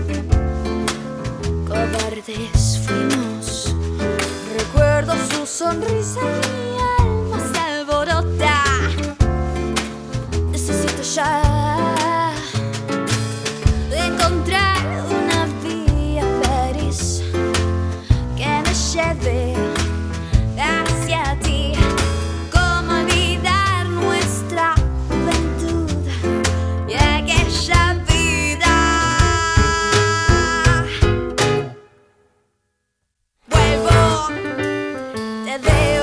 Cobardes fuimos. Recuerdo su sonrisa y mi alma se alborota. Necesito ya encontrar una vía a París que me lleve hacia ti. Cómo olvidar nuestra juventud y aquella vida. Vuelvo, te veo.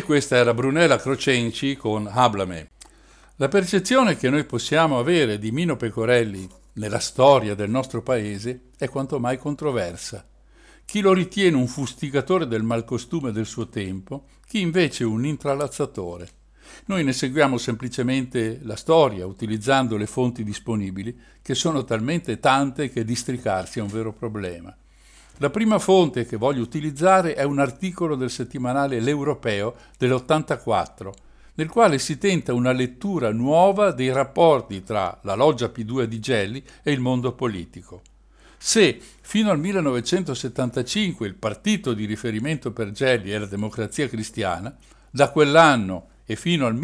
questa era Brunella Crocenci con Háblame. La percezione che noi possiamo avere di Mino Pecorelli nella storia del nostro paese è quanto mai controversa. Chi lo ritiene un fustigatore del malcostume del suo tempo, chi invece un intralazzatore. Noi ne seguiamo semplicemente la storia utilizzando le fonti disponibili, che sono talmente tante che districarsi è un vero problema. La prima fonte che voglio utilizzare è un articolo del settimanale L'Europeo dell'84, nel quale si tenta una lettura nuova dei rapporti tra la loggia P2 di Gelli e il mondo politico. Se fino al 1975 il partito di riferimento per Gelli era Democrazia Cristiana, da quell'anno e fino al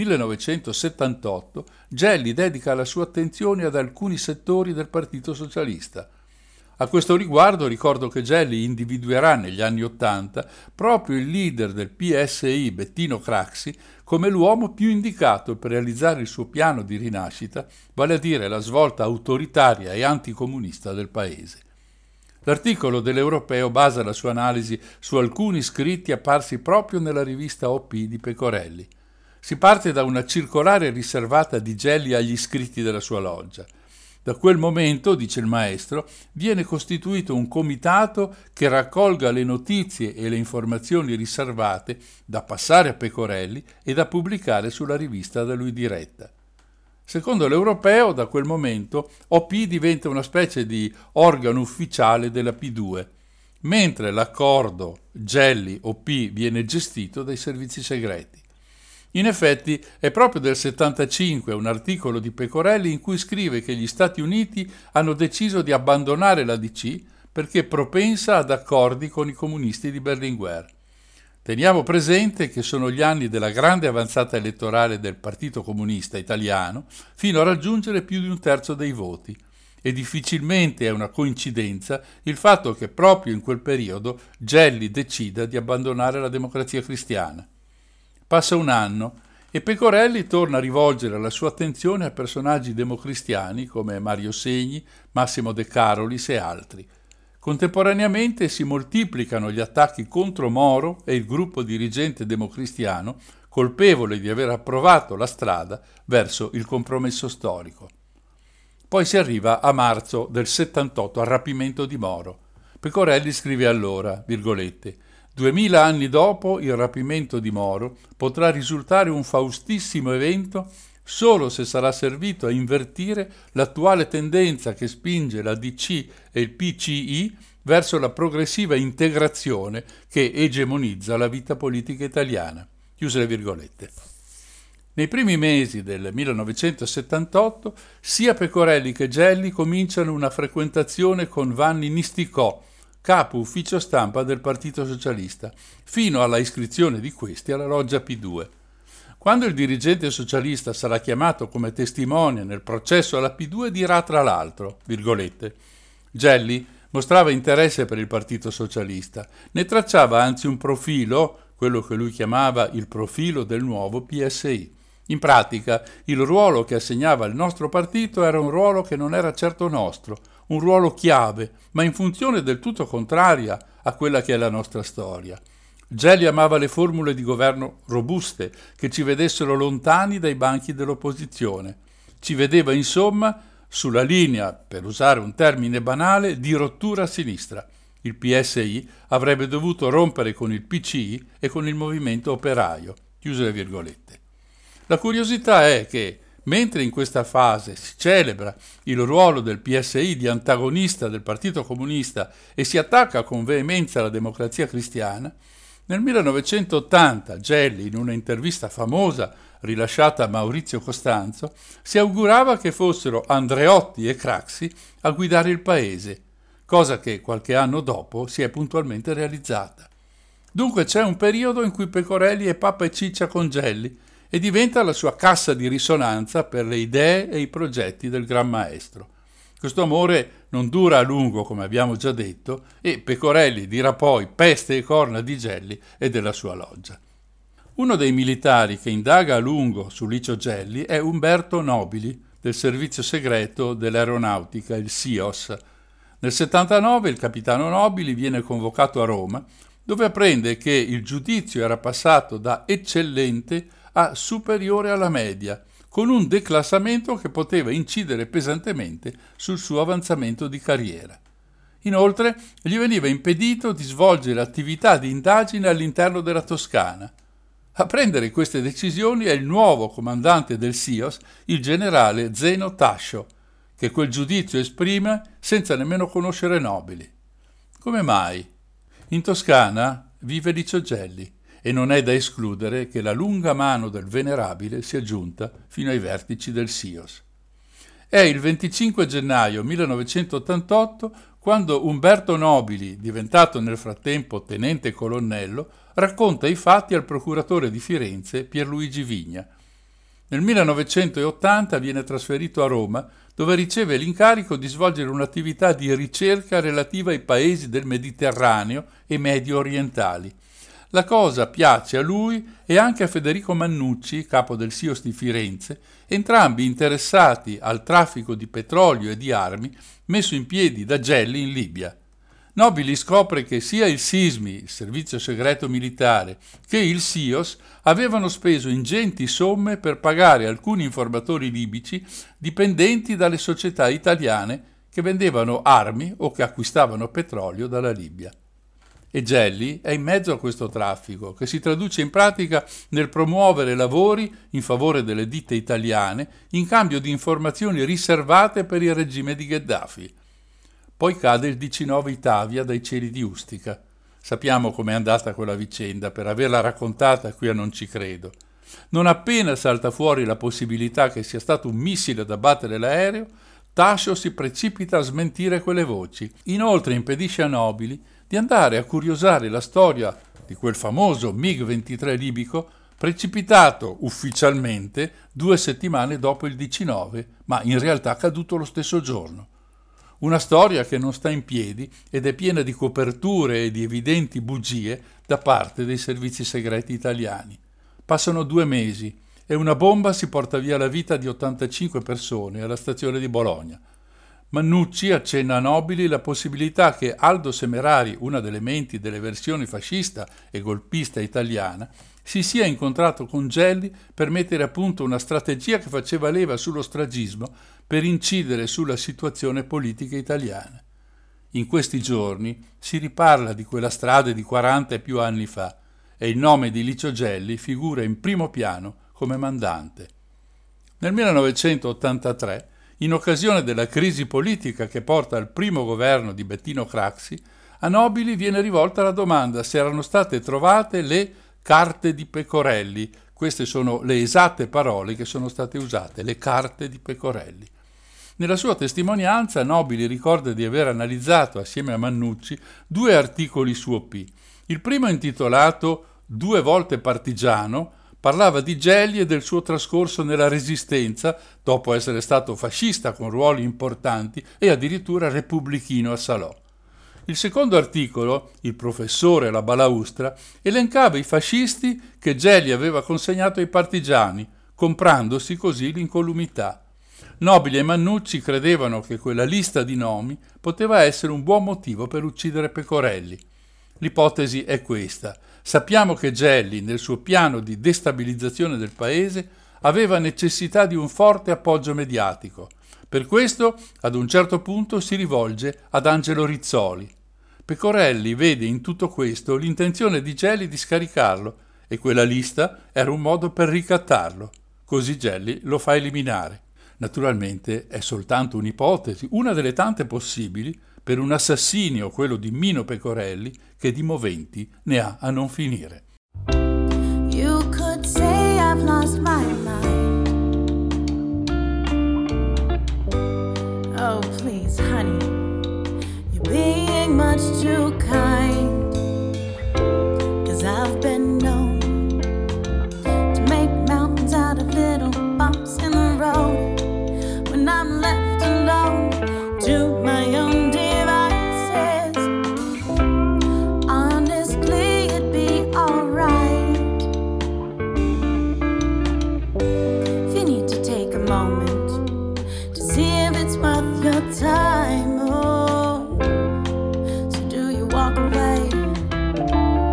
1978 Gelli dedica la sua attenzione ad alcuni settori del Partito Socialista. A questo riguardo ricordo che Gelli individuerà negli anni '80 proprio il leader del PSI, Bettino Craxi, come l'uomo più indicato per realizzare il suo piano di rinascita, vale a dire la svolta autoritaria e anticomunista del paese. L'articolo dell'Europeo basa la sua analisi su alcuni scritti apparsi proprio nella rivista OP di Pecorelli. Si parte da una circolare riservata di Gelli agli iscritti della sua loggia. Da quel momento, dice il maestro, viene costituito un comitato che raccolga le notizie e le informazioni riservate da passare a Pecorelli e da pubblicare sulla rivista da lui diretta. Secondo l'Europeo, da quel momento, OP diventa una specie di organo ufficiale della P2, mentre l'accordo Gelli-OP viene gestito dai servizi segreti. In effetti è proprio del 75 un articolo di Pecorelli in cui scrive che gli Stati Uniti hanno deciso di abbandonare la DC perché propensa ad accordi con i comunisti di Berlinguer. Teniamo presente che sono gli anni della grande avanzata elettorale del Partito Comunista Italiano fino a raggiungere più di un terzo dei voti e difficilmente è una coincidenza il fatto che proprio in quel periodo Gelli decida di abbandonare la Democrazia Cristiana. Passa un anno e Pecorelli torna a rivolgere la sua attenzione a personaggi democristiani come Mario Segni, Massimo De Carolis e altri. Contemporaneamente si moltiplicano gli attacchi contro Moro e il gruppo dirigente democristiano, colpevole di aver approvato la strada verso il compromesso storico. Poi si arriva a marzo del 78 al rapimento di Moro. Pecorelli scrive allora, virgolette, 2000 anni dopo il rapimento di Moro potrà risultare un faustissimo evento solo se sarà servito a invertire l'attuale tendenza che spinge la DC e il PCI verso la progressiva integrazione che egemonizza la vita politica italiana. Chiuse le virgolette. Nei primi mesi del 1978 sia Pecorelli che Gelli cominciano una frequentazione con Vanni Nisticò, capo ufficio stampa del Partito Socialista, fino alla iscrizione di questi alla loggia P2. Quando il dirigente socialista sarà chiamato come testimone nel processo alla P2 dirà tra l'altro, virgolette, Gelli mostrava interesse per il Partito Socialista, ne tracciava anzi un profilo, quello che lui chiamava il profilo del nuovo PSI. In pratica, il ruolo che assegnava il nostro partito era un ruolo che non era certo nostro, un ruolo chiave, ma in funzione del tutto contraria a quella che è la nostra storia. Gelli amava le formule di governo robuste, che ci vedessero lontani dai banchi dell'opposizione. Ci vedeva, insomma, sulla linea, per usare un termine banale, di rottura a sinistra. Il PSI avrebbe dovuto rompere con il PCI e con il movimento operaio. Chiuse le virgolette. La curiosità è che, mentre in questa fase si celebra il ruolo del PSI di antagonista del Partito Comunista e si attacca con veemenza alla Democrazia Cristiana, nel 1980 Gelli, in una intervista famosa rilasciata a Maurizio Costanzo, si augurava che fossero Andreotti e Craxi a guidare il paese, cosa che qualche anno dopo si è puntualmente realizzata. Dunque c'è un periodo in cui Pecorelli è pappa e ciccia con Gelli e diventa la sua cassa di risonanza per le idee e i progetti del Gran Maestro. Questo amore non dura a lungo, come abbiamo già detto, e Pecorelli dirà poi peste e corna di Gelli e della sua loggia. Uno dei militari che indaga a lungo su Licio Gelli è Umberto Nobili, del servizio segreto dell'aeronautica, il SIOS. Nel 79 il capitano Nobili viene convocato a Roma dove apprende che il giudizio era passato da eccellente a superiore alla media, con un declassamento che poteva incidere pesantemente sul suo avanzamento di carriera. Inoltre, gli veniva impedito di svolgere attività di indagine all'interno della Toscana. A prendere queste decisioni è il nuovo comandante del SIOS, il generale Zeno Tascio, che quel giudizio esprime senza nemmeno conoscere Nobili. Come mai? In Toscana vive Licio Gelli e non è da escludere che la lunga mano del venerabile sia giunta fino ai vertici del SIOS. È il 25 gennaio 1988 quando Umberto Nobili, diventato nel frattempo tenente colonnello, racconta i fatti al procuratore di Firenze Pierluigi Vigna. Nel 1980 viene trasferito a Roma, dove riceve l'incarico di svolgere un'attività di ricerca relativa ai paesi del Mediterraneo e medio orientali. La cosa piace a lui e anche a Federico Mannucci, capo del SIOS di Firenze, entrambi interessati al traffico di petrolio e di armi messo in piedi da Gelli in Libia. Nobili scopre che sia il SISMI, il Servizio Segreto Militare, che il SIOS avevano speso ingenti somme per pagare alcuni informatori libici dipendenti dalle società italiane che vendevano armi o che acquistavano petrolio dalla Libia. E Gelli è in mezzo a questo traffico, che si traduce in pratica nel promuovere lavori in favore delle ditte italiane in cambio di informazioni riservate per il regime di Gheddafi. Poi cade il 19 Itavia dai cieli di Ustica. Sappiamo com'è andata quella vicenda, per averla raccontata qui a Non ci credo. Non appena salta fuori la possibilità che sia stato un missile ad abbattere l'aereo, Tascio si precipita a smentire quelle voci. Inoltre impedisce a Nobili di andare a curiosare la storia di quel famoso MiG-23 libico precipitato ufficialmente 2 settimane dopo il 19, ma in realtà caduto lo stesso giorno. Una storia che non sta in piedi ed è piena di coperture e di evidenti bugie da parte dei servizi segreti italiani. Passano 2 mesi e una bomba si porta via la vita di 85 persone alla stazione di Bologna. Mannucci accenna a Nobili la possibilità che Aldo Semerari, una delle menti delle versioni fascista e golpista italiana, si sia incontrato con Gelli per mettere a punto una strategia che faceva leva sullo stragismo per incidere sulla situazione politica italiana. In questi giorni si riparla di quella strage di 40 e più anni fa e il nome di Licio Gelli figura in primo piano come mandante. Nel 1983, in occasione della crisi politica che porta al primo governo di Bettino Craxi, a Nobili viene rivolta la domanda se erano state trovate le carte di Pecorelli. Queste sono le esatte parole che sono state usate, le carte di Pecorelli. Nella sua testimonianza Nobili ricorda di aver analizzato assieme a Mannucci 2 articoli su OP. Il primo, intitolato 2 volte partigiano, parlava di Gelli e del suo trascorso nella Resistenza dopo essere stato fascista con ruoli importanti e addirittura repubblichino a Salò. Il secondo articolo, Il professore e la balaustra, elencava i fascisti che Gelli aveva consegnato ai partigiani, comprandosi così l'incolumità. Nobili e Mannucci credevano che quella lista di nomi poteva essere un buon motivo per uccidere Pecorelli. L'ipotesi è questa. Sappiamo che Gelli, nel suo piano di destabilizzazione del paese, aveva necessità di un forte appoggio mediatico. Per questo, ad un certo punto, si rivolge ad Angelo Rizzoli. Pecorelli vede in tutto questo l'intenzione di Gelli di scaricarlo e quella lista era un modo per ricattarlo. Così Gelli lo fa eliminare. Naturalmente è soltanto un'ipotesi, una delle tante possibili, per un assassinio, quello di Mino Pecorelli, che di moventi ne ha a non finire. You could say I've lost my mind. Oh, please, honey, you're being much too kind. 'Cause I've been known to make mountains out of little bumps in the road. When I'm left alone to my own devices, honestly, it'd be alright if you need to take a moment to see if it's worth your time. Oh, so do you walk away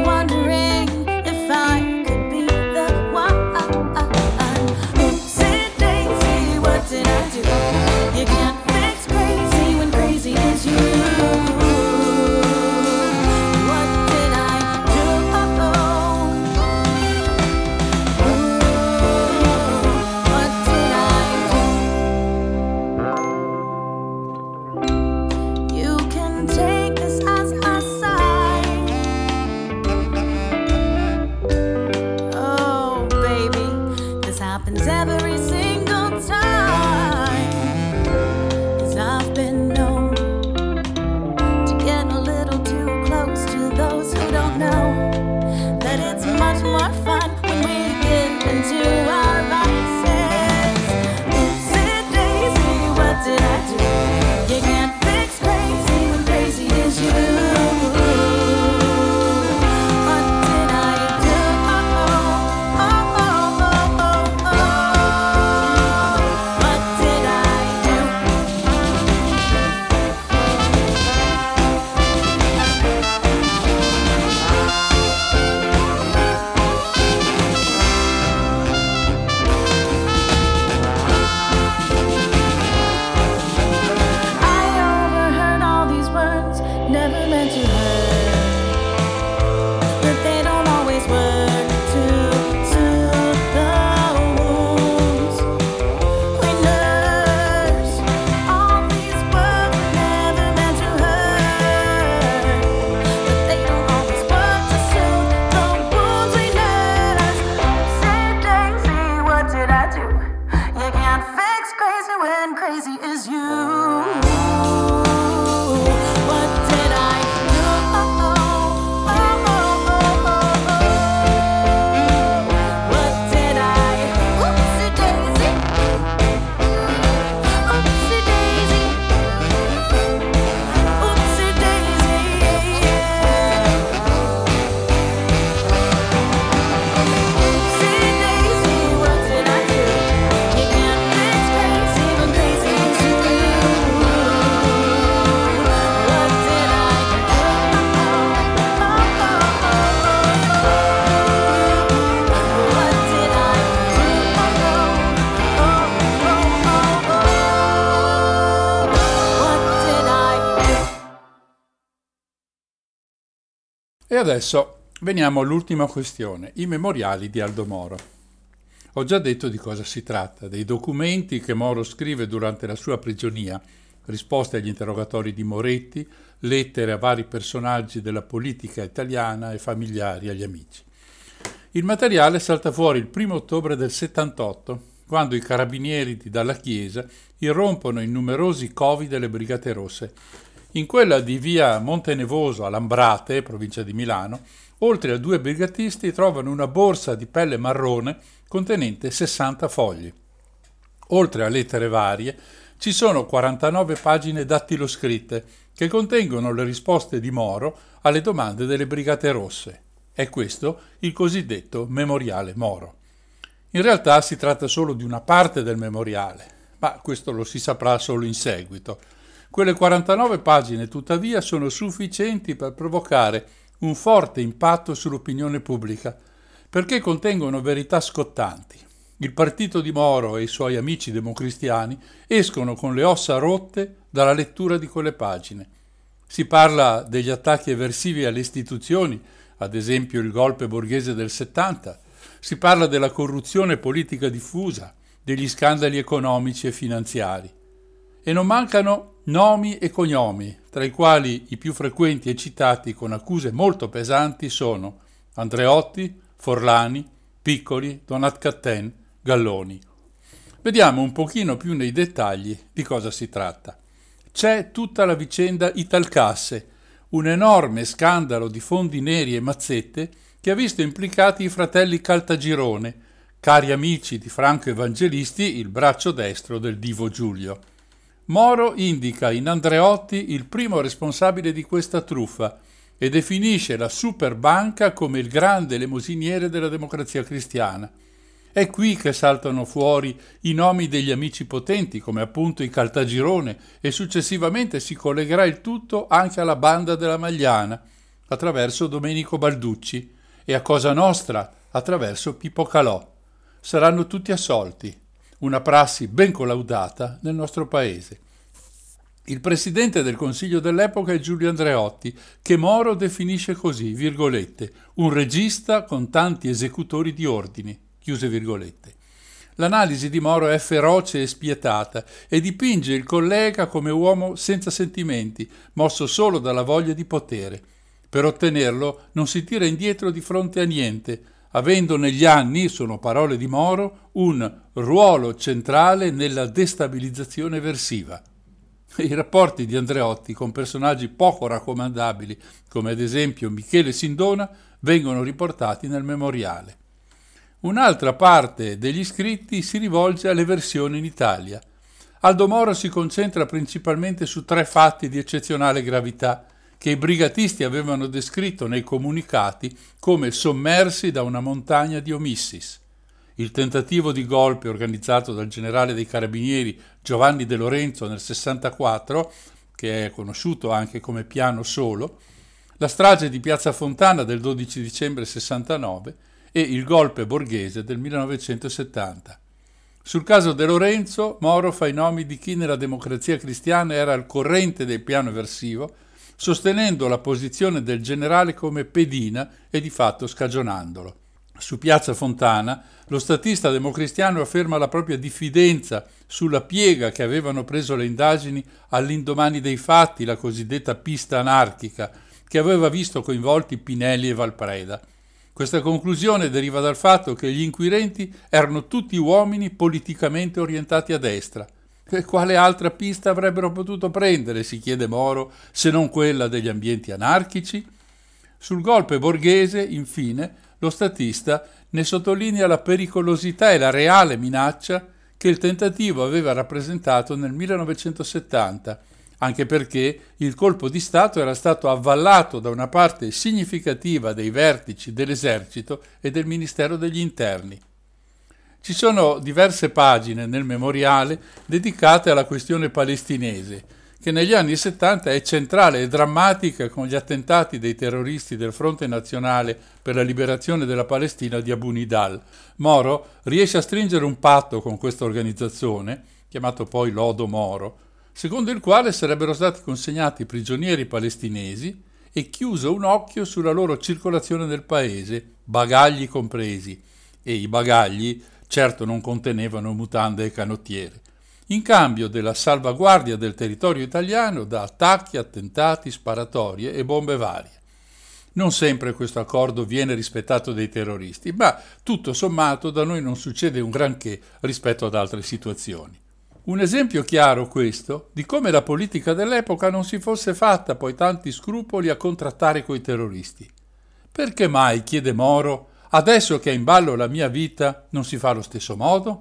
wondering if I could be the one. Oopsie daisy, what did I do? You can't fix crazy when crazy is you. What did I do? What did I do? You can take this as a sign. Oh, baby, this happens every single time. 'Cause I've been known to get a little too close to those who don't know that it's much more fun when we give into our vices. Oopsie daisy, what did I do? You can't fix crazy when crazy is you. What did I do? What did I do? I overheard all these words, never meant to hurt, but they don't always work to soothe the wounds we nurse. All these words were never meant to hurt, but they don't always work to soothe the wounds we nurse. Say, Daisy, what did I do? You can't fix crazy when crazy is you. What did I do? What did I? Oopsie daisy. Oopsie daisy. Oopsie daisy. Oopsie daisy, what did I do? You can't fix crazy when crazy is you. What did I E adesso veniamo all'ultima questione, i memoriali di Aldo Moro. Ho già detto di cosa si tratta, dei documenti che Moro scrive durante la sua prigionia, risposte agli interrogatori di Moretti, lettere a vari personaggi della politica italiana e familiari agli amici. Il materiale salta fuori il 1 ottobre del 78, quando i carabinieri di Dalla Chiesa irrompono in numerosi covi delle Brigate Rosse. In quella di via Montenevoso a Lambrate, provincia di Milano, oltre a 2 brigatisti trovano una borsa di pelle marrone contenente 60 fogli. Oltre a lettere varie, ci sono 49 pagine dattiloscritte che contengono le risposte di Moro alle domande delle Brigate Rosse. È questo il cosiddetto Memoriale Moro. In realtà si tratta solo di una parte del memoriale, ma questo lo si saprà solo in seguito. Quelle 49 pagine, tuttavia, sono sufficienti per provocare un forte impatto sull'opinione pubblica, perché contengono verità scottanti. Il partito di Moro e i suoi amici democristiani escono con le ossa rotte dalla lettura di quelle pagine. Si parla degli attacchi eversivi alle istituzioni, ad esempio il golpe borghese del 70, si parla della corruzione politica diffusa, degli scandali economici e finanziari. E non mancano nomi e cognomi, tra i quali i più frequenti e citati con accuse molto pesanti sono Andreotti, Forlani, Piccoli, Donat-Cattin, Galloni. Vediamo un pochino più nei dettagli di cosa si tratta. C'è tutta la vicenda Italcasse, un enorme scandalo di fondi neri e mazzette che ha visto implicati i fratelli Caltagirone, cari amici di Franco Evangelisti, il braccio destro del divo Giulio. Moro indica in Andreotti il primo responsabile di questa truffa e definisce la Superbanca come il grande elemosiniere della Democrazia Cristiana. È qui che saltano fuori i nomi degli amici potenti, come appunto i Caltagirone, e successivamente si collegherà il tutto anche alla banda della Magliana, attraverso Domenico Balducci, e a Cosa Nostra attraverso Pippo Calò. Saranno tutti assolti, una prassi ben collaudata nel nostro paese. Il presidente del Consiglio dell'epoca è Giulio Andreotti, che Moro definisce così, virgolette, un regista con tanti esecutori di ordini, chiuse virgolette. L'analisi di Moro è feroce e spietata e dipinge il collega come uomo senza sentimenti, mosso solo dalla voglia di potere. Per ottenerlo non si tira indietro di fronte a niente, avendo negli anni, sono parole di Moro, un ruolo centrale nella destabilizzazione eversiva. I rapporti di Andreotti con personaggi poco raccomandabili, come ad esempio Michele Sindona, vengono riportati nel memoriale. Un'altra parte degli scritti si rivolge alle versioni in Italia. Aldo Moro si concentra principalmente su 3 fatti di eccezionale gravità che i brigatisti avevano descritto nei comunicati come sommersi da una montagna di omissis. Il tentativo di golpe organizzato dal generale dei carabinieri Giovanni De Lorenzo nel 64, che è conosciuto anche come Piano Solo, la strage di Piazza Fontana del 12 dicembre 69 e il golpe borghese del 1970. Sul caso De Lorenzo, Moro fa i nomi di chi nella Democrazia Cristiana era al corrente del piano eversivo, sostenendo la posizione del generale come pedina e di fatto scagionandolo. Su Piazza Fontana, lo statista democristiano afferma la propria diffidenza sulla piega che avevano preso le indagini all'indomani dei fatti, la cosiddetta pista anarchica, che aveva visto coinvolti Pinelli e Valpreda. Questa conclusione deriva dal fatto che gli inquirenti erano tutti uomini politicamente orientati a destra. E quale altra pista avrebbero potuto prendere, si chiede Moro, se non quella degli ambienti anarchici? Sul golpe borghese, infine, lo statista ne sottolinea la pericolosità e la reale minaccia che il tentativo aveva rappresentato nel 1970, anche perché il colpo di Stato era stato avvallato da una parte significativa dei vertici dell'esercito e del Ministero degli Interni. Ci sono diverse pagine nel memoriale dedicate alla questione palestinese, che negli anni 70 è centrale e drammatica con gli attentati dei terroristi del Fronte Nazionale per la Liberazione della Palestina di Abu Nidal. Moro riesce a stringere un patto con questa organizzazione, chiamato poi Lodo Moro, secondo il quale sarebbero stati consegnati prigionieri palestinesi e chiuso un occhio sulla loro circolazione nel paese, bagagli compresi, e i bagagli certo non contenevano mutande e canottiere, in cambio della salvaguardia del territorio italiano da attacchi, attentati, sparatorie e bombe varie. Non sempre questo accordo viene rispettato dai terroristi, ma tutto sommato da noi non succede un granché rispetto ad altre situazioni. Un esempio chiaro questo di come la politica dell'epoca non si fosse fatta poi tanti scrupoli a contrattare coi terroristi. Perché mai, chiede Moro, adesso che è in ballo la mia vita non si fa allo stesso modo?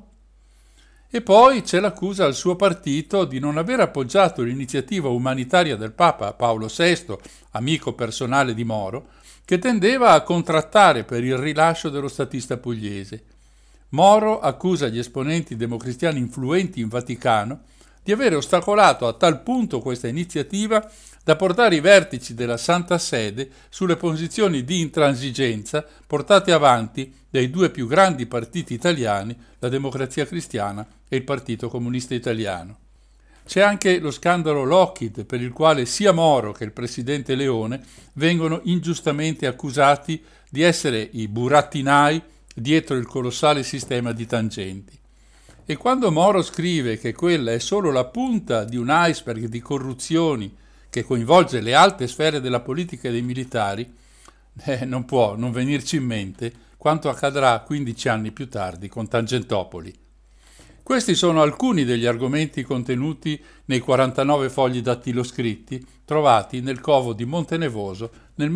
E poi c'è l'accusa al suo partito di non aver appoggiato l'iniziativa umanitaria del Papa Paolo VI, amico personale di Moro, che tendeva a contrattare per il rilascio dello statista pugliese. Moro accusa gli esponenti democristiani influenti in Vaticano di avere ostacolato a tal punto questa iniziativa da portare i vertici della Santa Sede sulle posizioni di intransigenza portate avanti dai 2 più grandi partiti italiani, la Democrazia Cristiana e il Partito Comunista Italiano. C'è anche lo scandalo Lockheed, per il quale sia Moro che il presidente Leone vengono ingiustamente accusati di essere i burattinai dietro il colossale sistema di tangenti. E quando Moro scrive che quella è solo la punta di un iceberg di corruzioni che coinvolge le alte sfere della politica e dei militari, non può non venirci in mente quanto accadrà 15 anni più tardi con Tangentopoli. Questi sono alcuni degli argomenti contenuti nei 49 fogli dattiloscritti trovati nel covo di Montenevoso nel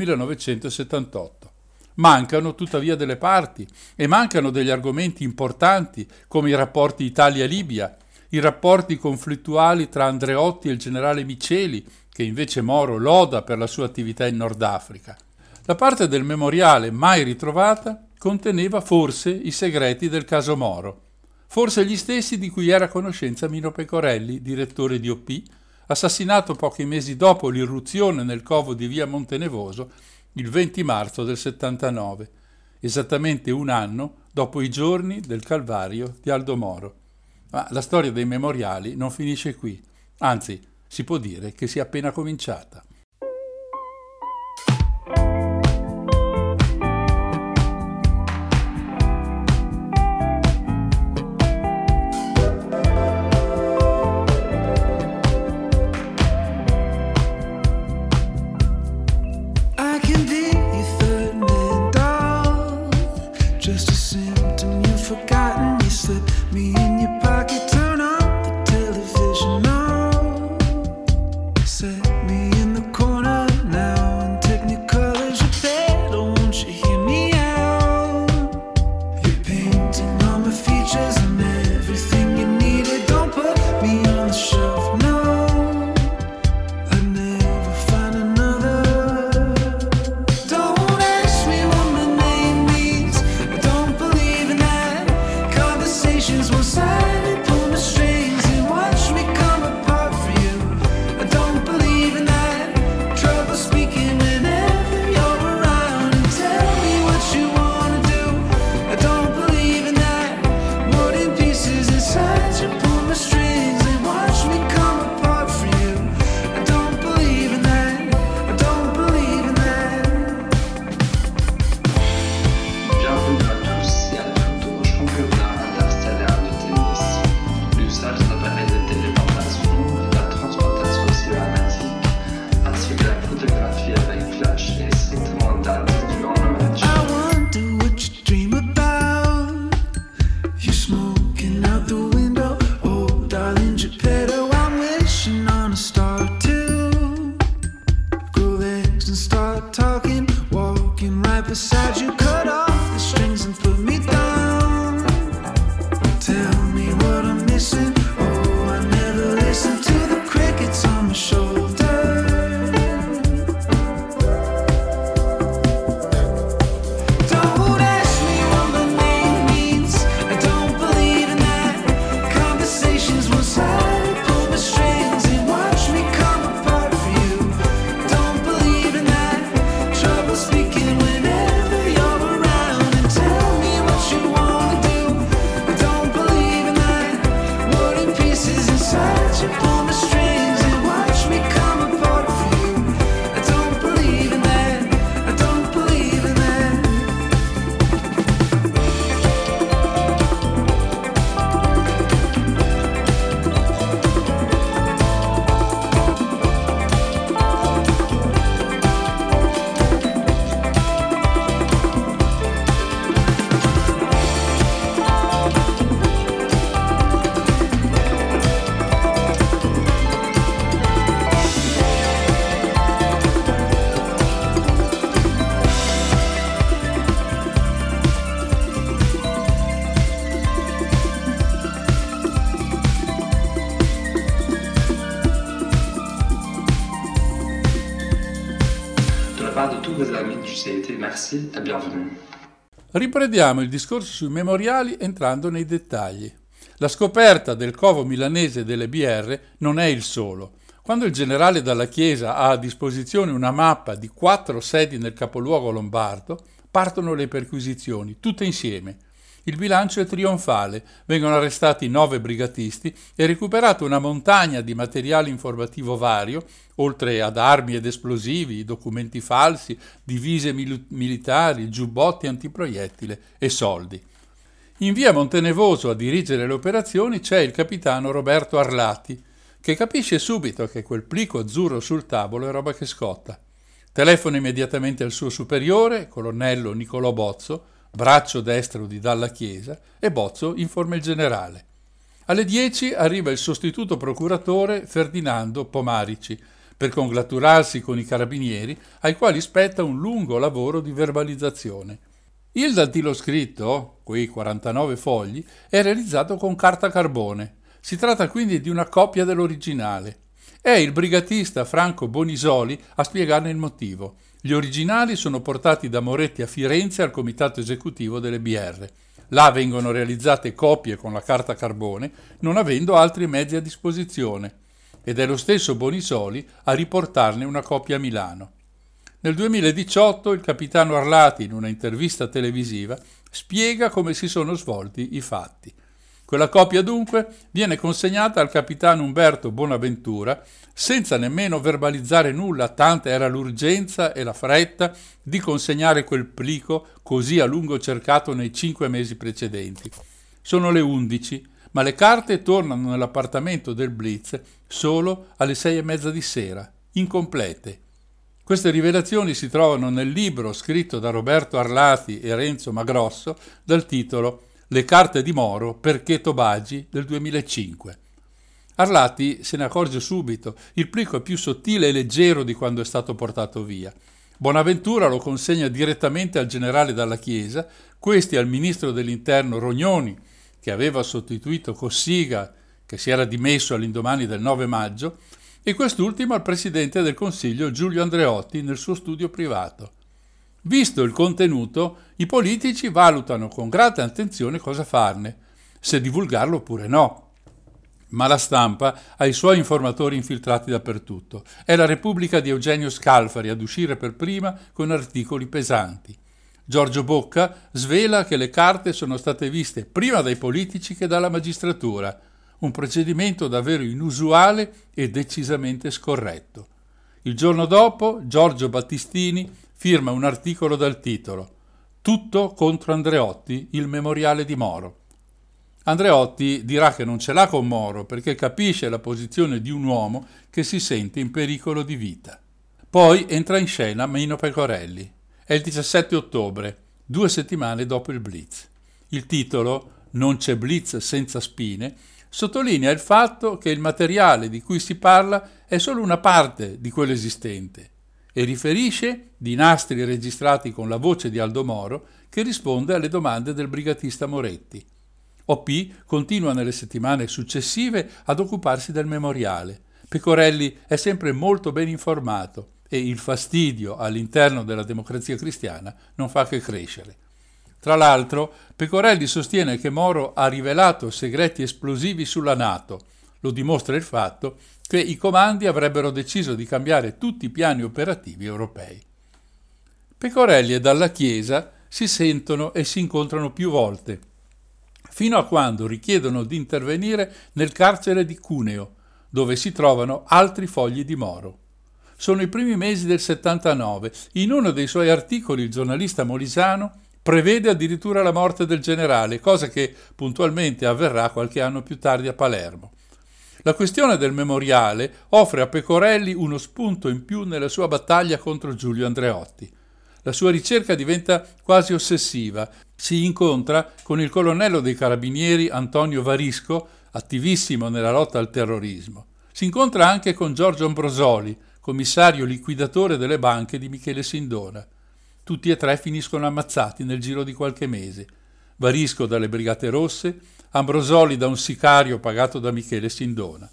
1978. Mancano tuttavia delle parti e mancano degli argomenti importanti come i rapporti Italia-Libia, i rapporti conflittuali tra Andreotti e il generale Miceli, che invece Moro loda per la sua attività in Nord Africa. La parte del memoriale mai ritrovata conteneva forse i segreti del caso Moro, forse gli stessi di cui era a conoscenza Mino Pecorelli, direttore di OP, assassinato pochi mesi dopo l'irruzione nel covo di via Montenevoso il 20 marzo del 79, esattamente un anno dopo i giorni del Calvario di Aldo Moro. Ma la storia dei memoriali non finisce qui, anzi, si può dire che sia appena cominciata. I can be your third man dog. Just a symptom you've forgotten. You slip me in your pocket, turn on the television now. Set me in the corner now, and Technicolor's your bed. Oh, won't you hear me out? You're painting all my features and everything you needed. Don't put me on the shelf, no. I'd never find another. Don't ask me what my name means. I don't believe in that. Conversations one-sided, pull my strings and watch me come apart for you. I don't believe in that. Trouble speaking whenever you're around, and tell me what you wanna do. I don't believe in that. Wood in pieces inside you, pull my strings and watch me come apart for you. I don't believe in that. I don't believe in that. Bienvenue à tous et à toutes au championnat interstellaire de tennis. L'usage d'appareils de téléportation et la transportation cinématique, ainsi que la photographie avec flash est strictement interdit durant le match. I wonder what you dream about. You're smoking out the window. Oh, darling Geppetto, I'm wishing on a star too. Grow legs and start talking. Walking right beside you. Cut off the strings and put me down. Tell me what I'm missing. Oh, I never listen to the crickets on my shoulder. Don't ask me what my name means. I don't believe in that. Conversations one-sided, pull my strings and watch me come apart for you. Don't believe in that. Trouble speaking whenever you're around, and tell me what you wanna do. I don't believe in that. Wood in pieces inside you, pull my strings and watch me come apart for you. I don't believe in that. I don't believe in that. De la part de tous vos amis du CIT, merci et bienvenue. Riprendiamo il discorso sui memoriali entrando nei dettagli. La scoperta del covo milanese delle BR non è il solo. Quando il generale Dalla Chiesa ha a disposizione una mappa di 4 sedi nel capoluogo lombardo, partono le perquisizioni, tutte insieme. Il bilancio è trionfale, vengono arrestati 9 brigatisti e recuperata una montagna di materiale informativo vario, oltre ad armi ed esplosivi, documenti falsi, divise militari, giubbotti antiproiettile e soldi. In via Montenevoso a dirigere le operazioni c'è il capitano Roberto Arlati, che capisce subito che quel plico azzurro sul tavolo è roba che scotta. Telefona immediatamente al suo superiore, colonnello Nicolò Bozzo, braccio destro di Dalla Chiesa, e Bozzo informa il generale. Alle 10 arriva il sostituto procuratore Ferdinando Pomarici per congratularsi con i carabinieri, ai quali spetta un lungo lavoro di verbalizzazione. Il dattiloscritto, quei 49 fogli, è realizzato con carta carbone. Si tratta quindi di una copia dell'originale. È il brigatista Franco Bonisoli a spiegarne il motivo. Gli originali sono portati da Moretti a Firenze al comitato esecutivo delle BR. Là vengono realizzate copie con la carta carbone, non avendo altri mezzi a disposizione. Ed è lo stesso Bonisoli a riportarne una copia a Milano. Nel 2018 il capitano Arlati, in una intervista televisiva, spiega come si sono svolti i fatti. Quella copia dunque viene consegnata al capitano Umberto Bonaventura senza nemmeno verbalizzare nulla, tanta era l'urgenza e la fretta di consegnare quel plico così a lungo cercato nei 5 mesi precedenti. Sono le 11, ma le carte tornano nell'appartamento del Blitz solo alle 6:30 di sera, incomplete. Queste rivelazioni si trovano nel libro scritto da Roberto Arlati e Renzo Magrosso dal titolo Le carte di Moro per Cheto Bagi del 2005. Arlati se ne accorge subito, il plico è più sottile e leggero di quando è stato portato via. Bonaventura lo consegna direttamente al generale Dalla Chiesa, questi al ministro dell'Interno Rognoni, che aveva sostituito Cossiga, che si era dimesso all'indomani del 9 maggio, e quest'ultimo al presidente del Consiglio Giulio Andreotti nel suo studio privato. Visto il contenuto, i politici valutano con grande attenzione cosa farne, se divulgarlo oppure no. Ma la stampa ha i suoi informatori infiltrati dappertutto. È la Repubblica di Eugenio Scalfari ad uscire per prima con articoli pesanti. Giorgio Bocca svela che le carte sono state viste prima dai politici che dalla magistratura, un procedimento davvero inusuale e decisamente scorretto. Il giorno dopo Giorgio Battistini firma un articolo dal titolo «Tutto contro Andreotti, il memoriale di Moro». Andreotti dirà che non ce l'ha con Moro perché capisce la posizione di un uomo che si sente in pericolo di vita. Poi entra in scena Mino Pecorelli. È il 17 ottobre, 2 settimane dopo il Blitz. Il titolo, Non c'è Blitz senza spine, sottolinea il fatto che il materiale di cui si parla è solo una parte di quello esistente e riferisce di nastri registrati con la voce di Aldo Moro che risponde alle domande del brigatista Moretti. OP continua nelle settimane successive ad occuparsi del memoriale. Pecorelli è sempre molto ben informato e il fastidio all'interno della Democrazia Cristiana non fa che crescere. Tra l'altro, Pecorelli sostiene che Moro ha rivelato segreti esplosivi sulla NATO. Lo dimostra il fatto che i comandi avrebbero deciso di cambiare tutti i piani operativi europei. Pecorelli e Dalla Chiesa si sentono e si incontrano più volte, fino a quando richiedono di intervenire nel carcere di Cuneo, dove si trovano altri fogli di Moro. Sono i primi mesi del 79. In uno dei suoi articoli il giornalista Molisano prevede addirittura la morte del generale, cosa che puntualmente avverrà qualche anno più tardi a Palermo. La questione del memoriale offre a Pecorelli uno spunto in più nella sua battaglia contro Giulio Andreotti. La sua ricerca diventa quasi ossessiva. Si incontra con il colonnello dei carabinieri Antonio Varisco, attivissimo nella lotta al terrorismo. Si incontra anche con Giorgio Ambrosoli, commissario liquidatore delle banche di Michele Sindona. Tutti e tre finiscono ammazzati nel giro di qualche mese. Varisco dalle Brigate Rosse, Ambrosoli da un sicario pagato da Michele Sindona.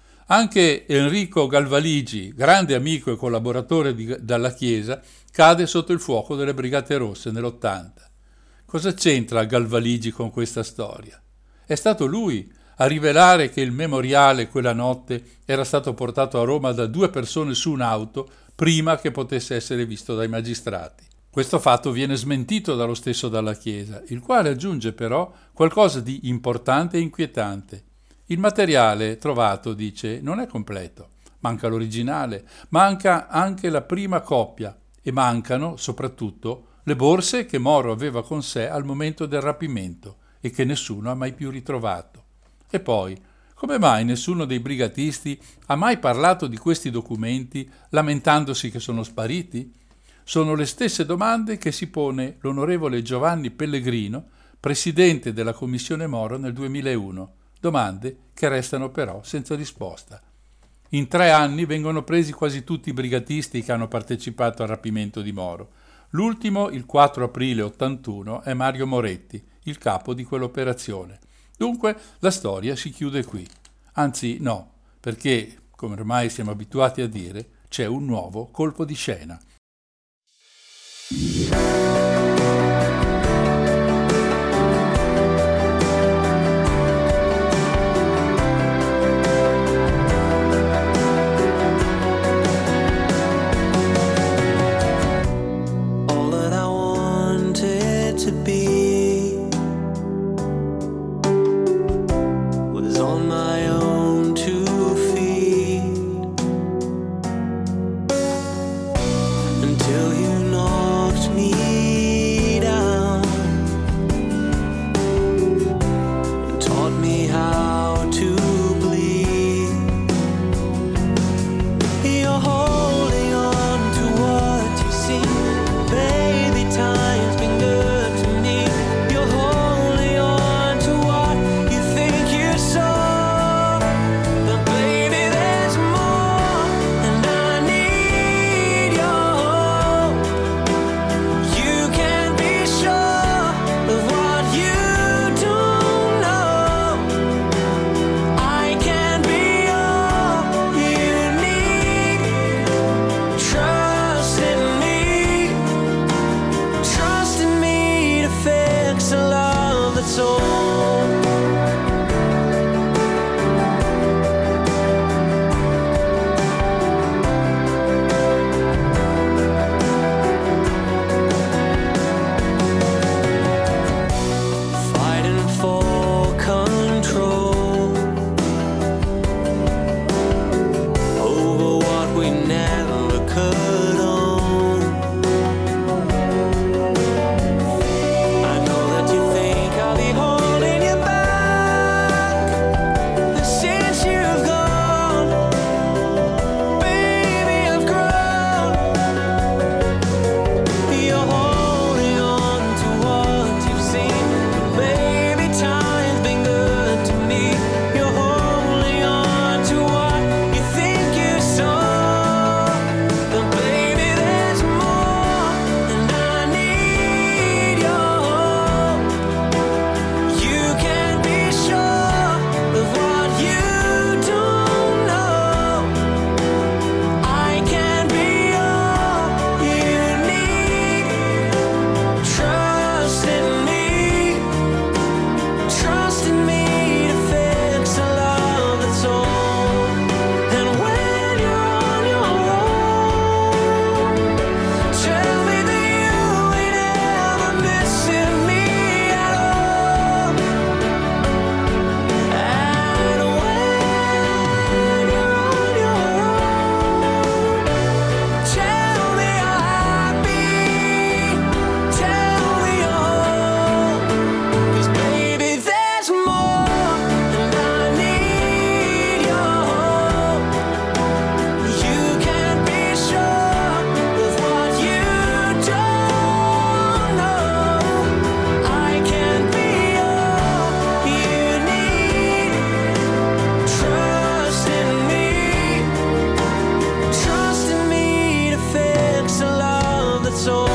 Anche Enrico Galvaligi, grande amico e collaboratore Dalla Chiesa, cade sotto il fuoco delle Brigate Rosse nell'80. Cosa c'entra Galvaligi con questa storia? È stato lui a rivelare che il memoriale quella notte era stato portato a Roma da 2 persone su un'auto prima che potesse essere visto dai magistrati. Questo fatto viene smentito dallo stesso Dalla Chiesa, il quale aggiunge però qualcosa di importante e inquietante. Il materiale trovato, dice, non è completo. Manca l'originale, manca anche la prima copia e mancano, soprattutto, le borse che Moro aveva con sé al momento del rapimento e che nessuno ha mai più ritrovato. E poi, come mai nessuno dei brigatisti ha mai parlato di questi documenti lamentandosi che sono spariti? Sono le stesse domande che si pone l'onorevole Giovanni Pellegrino, presidente della Commissione Moro nel 2001, domande che restano però senza risposta. In 3 anni vengono presi quasi tutti i brigatisti che hanno partecipato al rapimento di Moro. L'ultimo, il 4 aprile 81, è Mario Moretti, il capo di quell'operazione. Dunque la storia si chiude qui. Anzi no, perché, come ormai siamo abituati a dire, c'è un nuovo colpo di scena. to be was on my own 2 feet until you knocked me down and taught me how to bleed. You're holding on to what you've seen, baby. Time's been good to me. You're holding on to what you think you saw, but baby, there's more, and I need your hope. You can be sure of what you don't know. I can be all you need. Trust in me to fix a love that's old. Fighting for control over what we never could own. I know that you think I'll be holding you back, but since you've gone, baby, I've grown. You're holding on to what you've seen, baby, time's been good to me. You're holding on to what you think you saw, but baby, there's more, and I need your hope. You can be sure of what you don't know. I can be all you need. Trust in me to fix a love that's old. And when you're on your own, tell me that you ain't ever missing me at all. And when you're on your own, tell me you're happy, tell me you're home. 'Cause baby, there's more, and I need your hope. You can be sure of what you don't know. I can be all you need. Trust in me to fix a love that's old.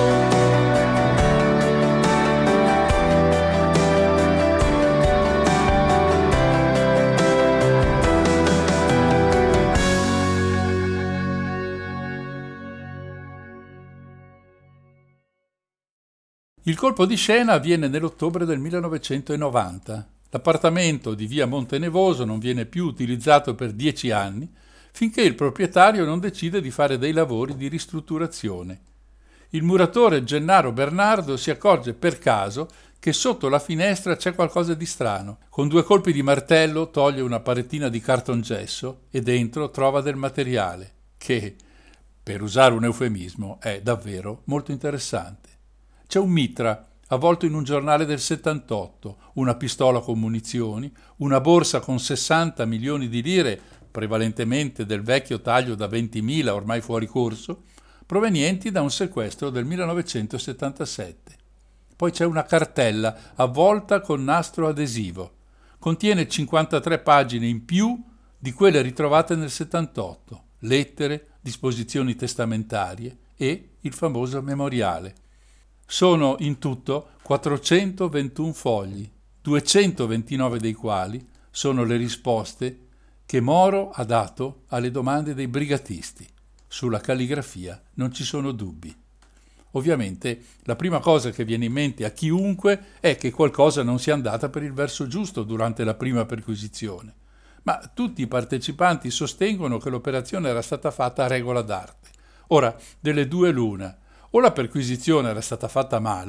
Il colpo di scena avviene nell'ottobre del 1990. L'appartamento di via Montenevoso non viene più utilizzato per 10 anni, finché il proprietario non decide di fare dei lavori di ristrutturazione. Il muratore Gennaro Bernardo si accorge per caso che sotto la finestra c'è qualcosa di strano. Con 2 colpi di martello toglie una parettina di cartongesso e dentro trova del materiale che, per usare un eufemismo, è davvero molto interessante. C'è un mitra avvolto in un giornale del 78, una pistola con munizioni, una borsa con 60 milioni di lire, prevalentemente del vecchio taglio da 20.000 ormai fuori corso, provenienti da un sequestro del 1977. Poi c'è una cartella avvolta con nastro adesivo. Contiene 53 pagine in più di quelle ritrovate nel 78, lettere, disposizioni testamentarie e il famoso memoriale. Sono in tutto 421 fogli, 229 dei quali sono le risposte che Moro ha dato alle domande dei brigatisti. Sulla calligrafia non ci sono dubbi. Ovviamente la prima cosa che viene in mente a chiunque è che qualcosa non sia andata per il verso giusto durante la prima perquisizione, ma tutti i partecipanti sostengono che l'operazione era stata fatta a regola d'arte. Ora, delle due l'una: o la perquisizione era stata fatta male,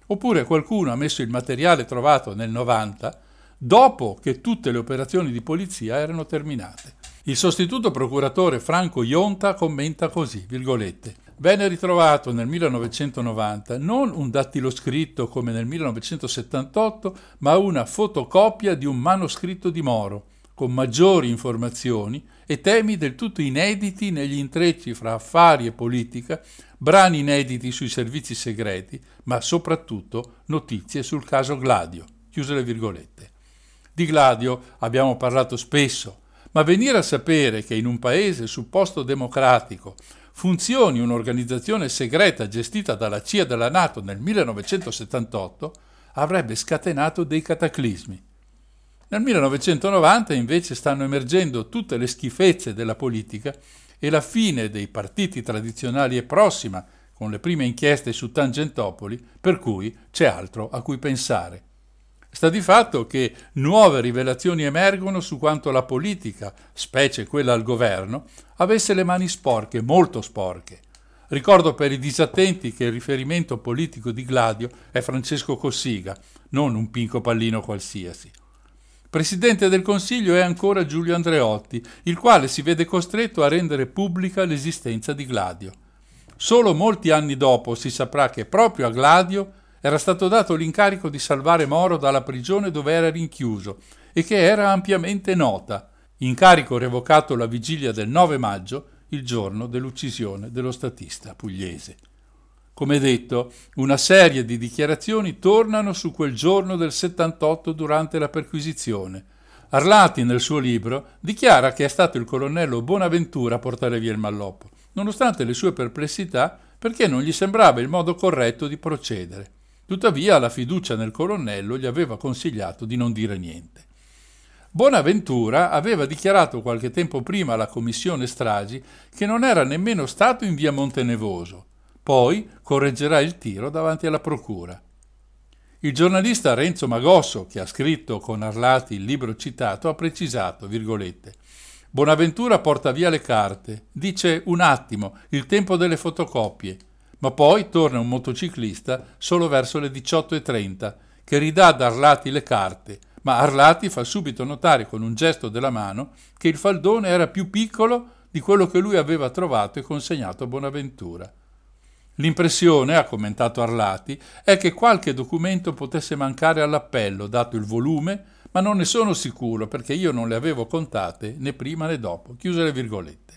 Oppure qualcuno ha messo il materiale trovato nel 90 dopo che tutte le operazioni di polizia erano terminate. Il sostituto procuratore Franco Ionta commenta così, virgolette: venne ritrovato nel 1990 non un dattiloscritto come nel 1978, ma una fotocopia di un manoscritto di Moro, con maggiori informazioni e temi del tutto inediti negli intrecci fra affari e politica, brani inediti sui servizi segreti, ma soprattutto notizie sul caso Gladio. Chiuse le virgolette. Di Gladio abbiamo parlato spesso, ma venire a sapere che in un paese supposto democratico funzioni un'organizzazione segreta gestita dalla CIA e dalla NATO nel 1978 avrebbe scatenato dei cataclismi. Nel 1990 invece stanno emergendo tutte le schifezze della politica e la fine dei partiti tradizionali è prossima, con le prime inchieste su Tangentopoli, per cui c'è altro a cui pensare. Sta di fatto che nuove rivelazioni emergono su quanto la politica, specie quella al governo, avesse le mani sporche, molto sporche. Ricordo per i disattenti che il riferimento politico di Gladio è Francesco Cossiga, non un pinco pallino qualsiasi. Presidente del Consiglio è ancora Giulio Andreotti, il quale si vede costretto a rendere pubblica l'esistenza di Gladio. Solo molti anni dopo si saprà che proprio a Gladio era stato dato l'incarico di salvare Moro dalla prigione dove era rinchiuso e che era ampiamente nota, incarico revocato la vigilia del 9 maggio, il giorno dell'uccisione dello statista pugliese. Come detto, una serie di dichiarazioni tornano su quel giorno del 78 durante la perquisizione. Arlati, nel suo libro, dichiara che è stato il colonnello Bonaventura a portare via il malloppo, nonostante le sue perplessità, perché non gli sembrava il modo corretto di procedere. Tuttavia, la fiducia nel colonnello gli aveva consigliato di non dire niente. Bonaventura aveva dichiarato qualche tempo prima alla commissione stragi che non era nemmeno stato in via Montenevoso. Poi correggerà il tiro davanti alla procura. Il giornalista Renzo Magosso, che ha scritto con Arlati il libro citato, ha precisato, virgolette, Bonaventura porta via le carte, dice un attimo, il tempo delle fotocopie, ma poi torna un motociclista solo verso le 18:30, che ridà ad Arlati le carte, ma Arlati fa subito notare con un gesto della mano che il faldone era più piccolo di quello che lui aveva trovato e consegnato a Bonaventura. L'impressione, ha commentato Arlati, è che qualche documento potesse mancare all'appello, dato il volume, ma non ne sono sicuro perché io non le avevo contate né prima né dopo. Chiuse le virgolette.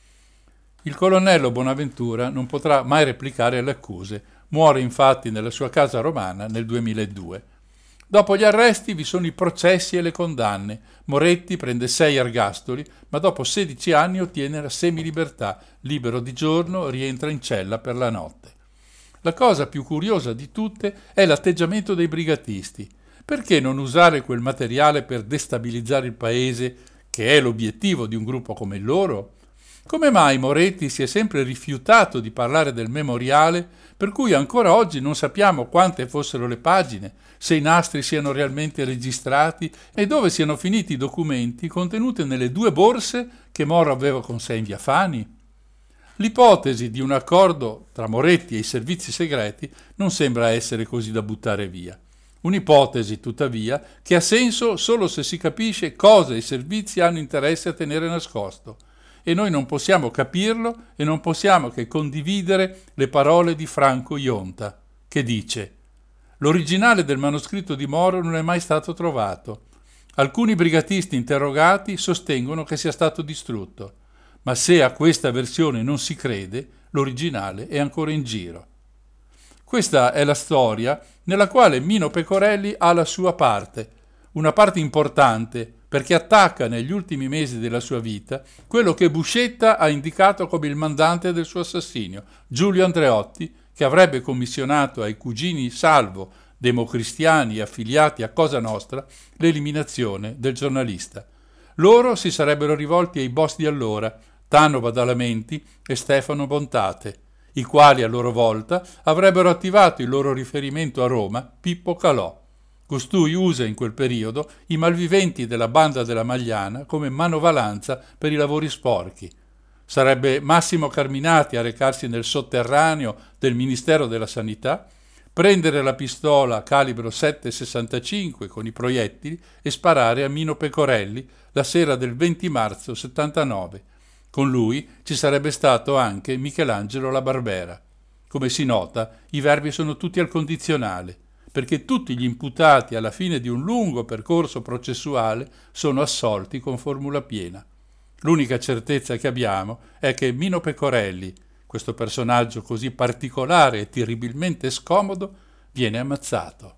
Il colonnello Bonaventura non potrà mai replicare alle accuse, muore infatti nella sua casa romana nel 2002. Dopo gli arresti vi sono i processi e le condanne. Moretti prende 6 ergastoli, ma dopo 16 anni ottiene la semilibertà, libero di giorno, rientra in cella per la notte. La cosa più curiosa di tutte è l'atteggiamento dei brigatisti. Perché non usare quel materiale per destabilizzare il paese, che è l'obiettivo di un gruppo come il loro? Come mai Moretti si è sempre rifiutato di parlare del memoriale, per cui ancora oggi non sappiamo quante fossero le pagine, se i nastri siano realmente registrati e dove siano finiti i documenti contenuti nelle 2 borse che Moro aveva con sé in via Fani? L'ipotesi di un accordo tra Moretti e i servizi segreti non sembra essere così da buttare via. Un'ipotesi, tuttavia, che ha senso solo se si capisce cosa i servizi hanno interesse a tenere nascosto. E noi non possiamo capirlo e non possiamo che condividere le parole di Franco Ionta, che dice: l'originale del manoscritto di Moro non è mai stato trovato. Alcuni brigatisti interrogati sostengono che sia stato distrutto, ma se a questa versione non si crede, l'originale è ancora in giro. Questa è la storia nella quale Mino Pecorelli ha la sua parte, una parte importante, perché attacca negli ultimi mesi della sua vita quello che Buscetta ha indicato come il mandante del suo assassinio, Giulio Andreotti, che avrebbe commissionato ai cugini Salvo, democristiani affiliati a Cosa Nostra, l'eliminazione del giornalista. Loro si sarebbero rivolti ai boss di allora, Tano Badalamenti e Stefano Bontate, i quali a loro volta avrebbero attivato il loro riferimento a Roma, Pippo Calò. Costui usa in quel periodo i malviventi della banda della Magliana come manovalanza per i lavori sporchi. Sarebbe Massimo Carminati a recarsi nel sotterraneo del Ministero della Sanità, prendere la pistola calibro 7,65 con i proiettili e sparare a Mino Pecorelli la sera del 20 marzo 79. Con lui ci sarebbe stato anche Michelangelo La Barbera. Come si nota, i verbi sono tutti al condizionale, perché tutti gli imputati alla fine di un lungo percorso processuale sono assolti con formula piena. L'unica certezza che abbiamo è che Mino Pecorelli, questo personaggio così particolare e terribilmente scomodo, viene ammazzato.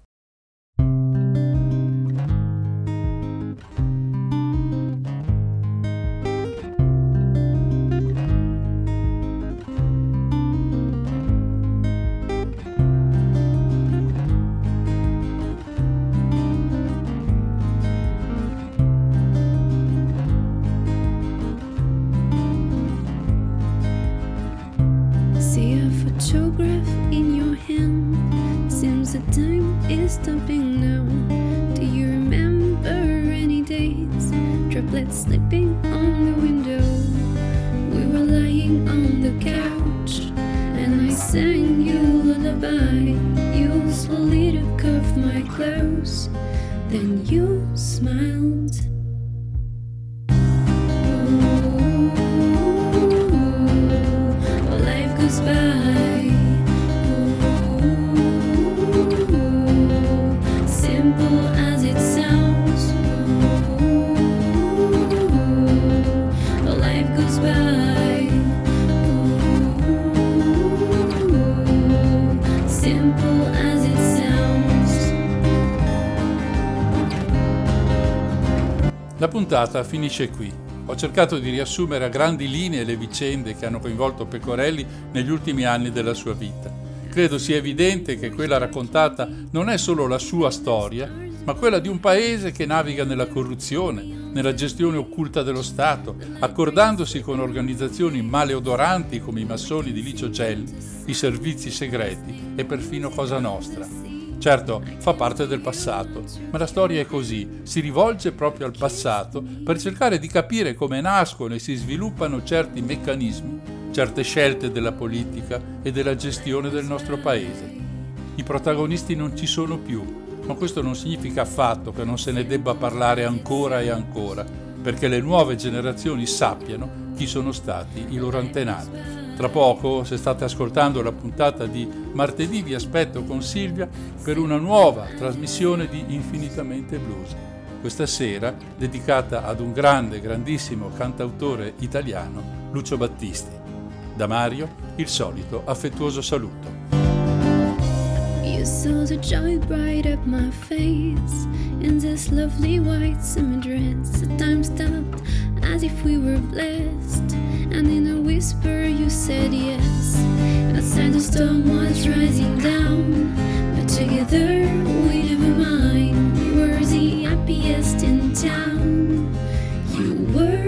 See a photograph in your hand. Seems the time is stopping now. Do you remember any days? Droplets slipping on the window. We were lying on the couch, and I sang you a lullaby. You slowly took off my clothes, then you smiled. Life goes by, simple as it sounds. Life goes by, simple as it sounds. La puntata finisce qui. Ho cercato di riassumere a grandi linee le vicende che hanno coinvolto Pecorelli negli ultimi anni della sua vita. Credo sia evidente che quella raccontata non è solo la sua storia, ma quella di un paese che naviga nella corruzione, nella gestione occulta dello Stato, accordandosi con organizzazioni maleodoranti come i massoni di Licio Gelli, i servizi segreti e perfino Cosa Nostra. Certo, fa parte del passato, ma la storia è così, si rivolge proprio al passato per cercare di capire come nascono e si sviluppano certi meccanismi, certe scelte della politica e della gestione del nostro paese. I protagonisti non ci sono più, ma questo non significa affatto che non se ne debba parlare ancora e ancora, perché le nuove generazioni sappiano chi sono stati i loro antenati. Tra poco, se state ascoltando la puntata di martedì, vi aspetto con Silvia per una nuova trasmissione di Infinitamente Blues. Questa sera dedicata ad un grandissimo cantautore italiano, Lucio Battisti. Da Mario, il solito affettuoso saluto. You saw the joy bright up my face in this lovely white summer dress. The time stopped as if we were blessed, and in a whisper you said yes. Outside the storm was rising down, but together we never mind. We were the happiest in town. You were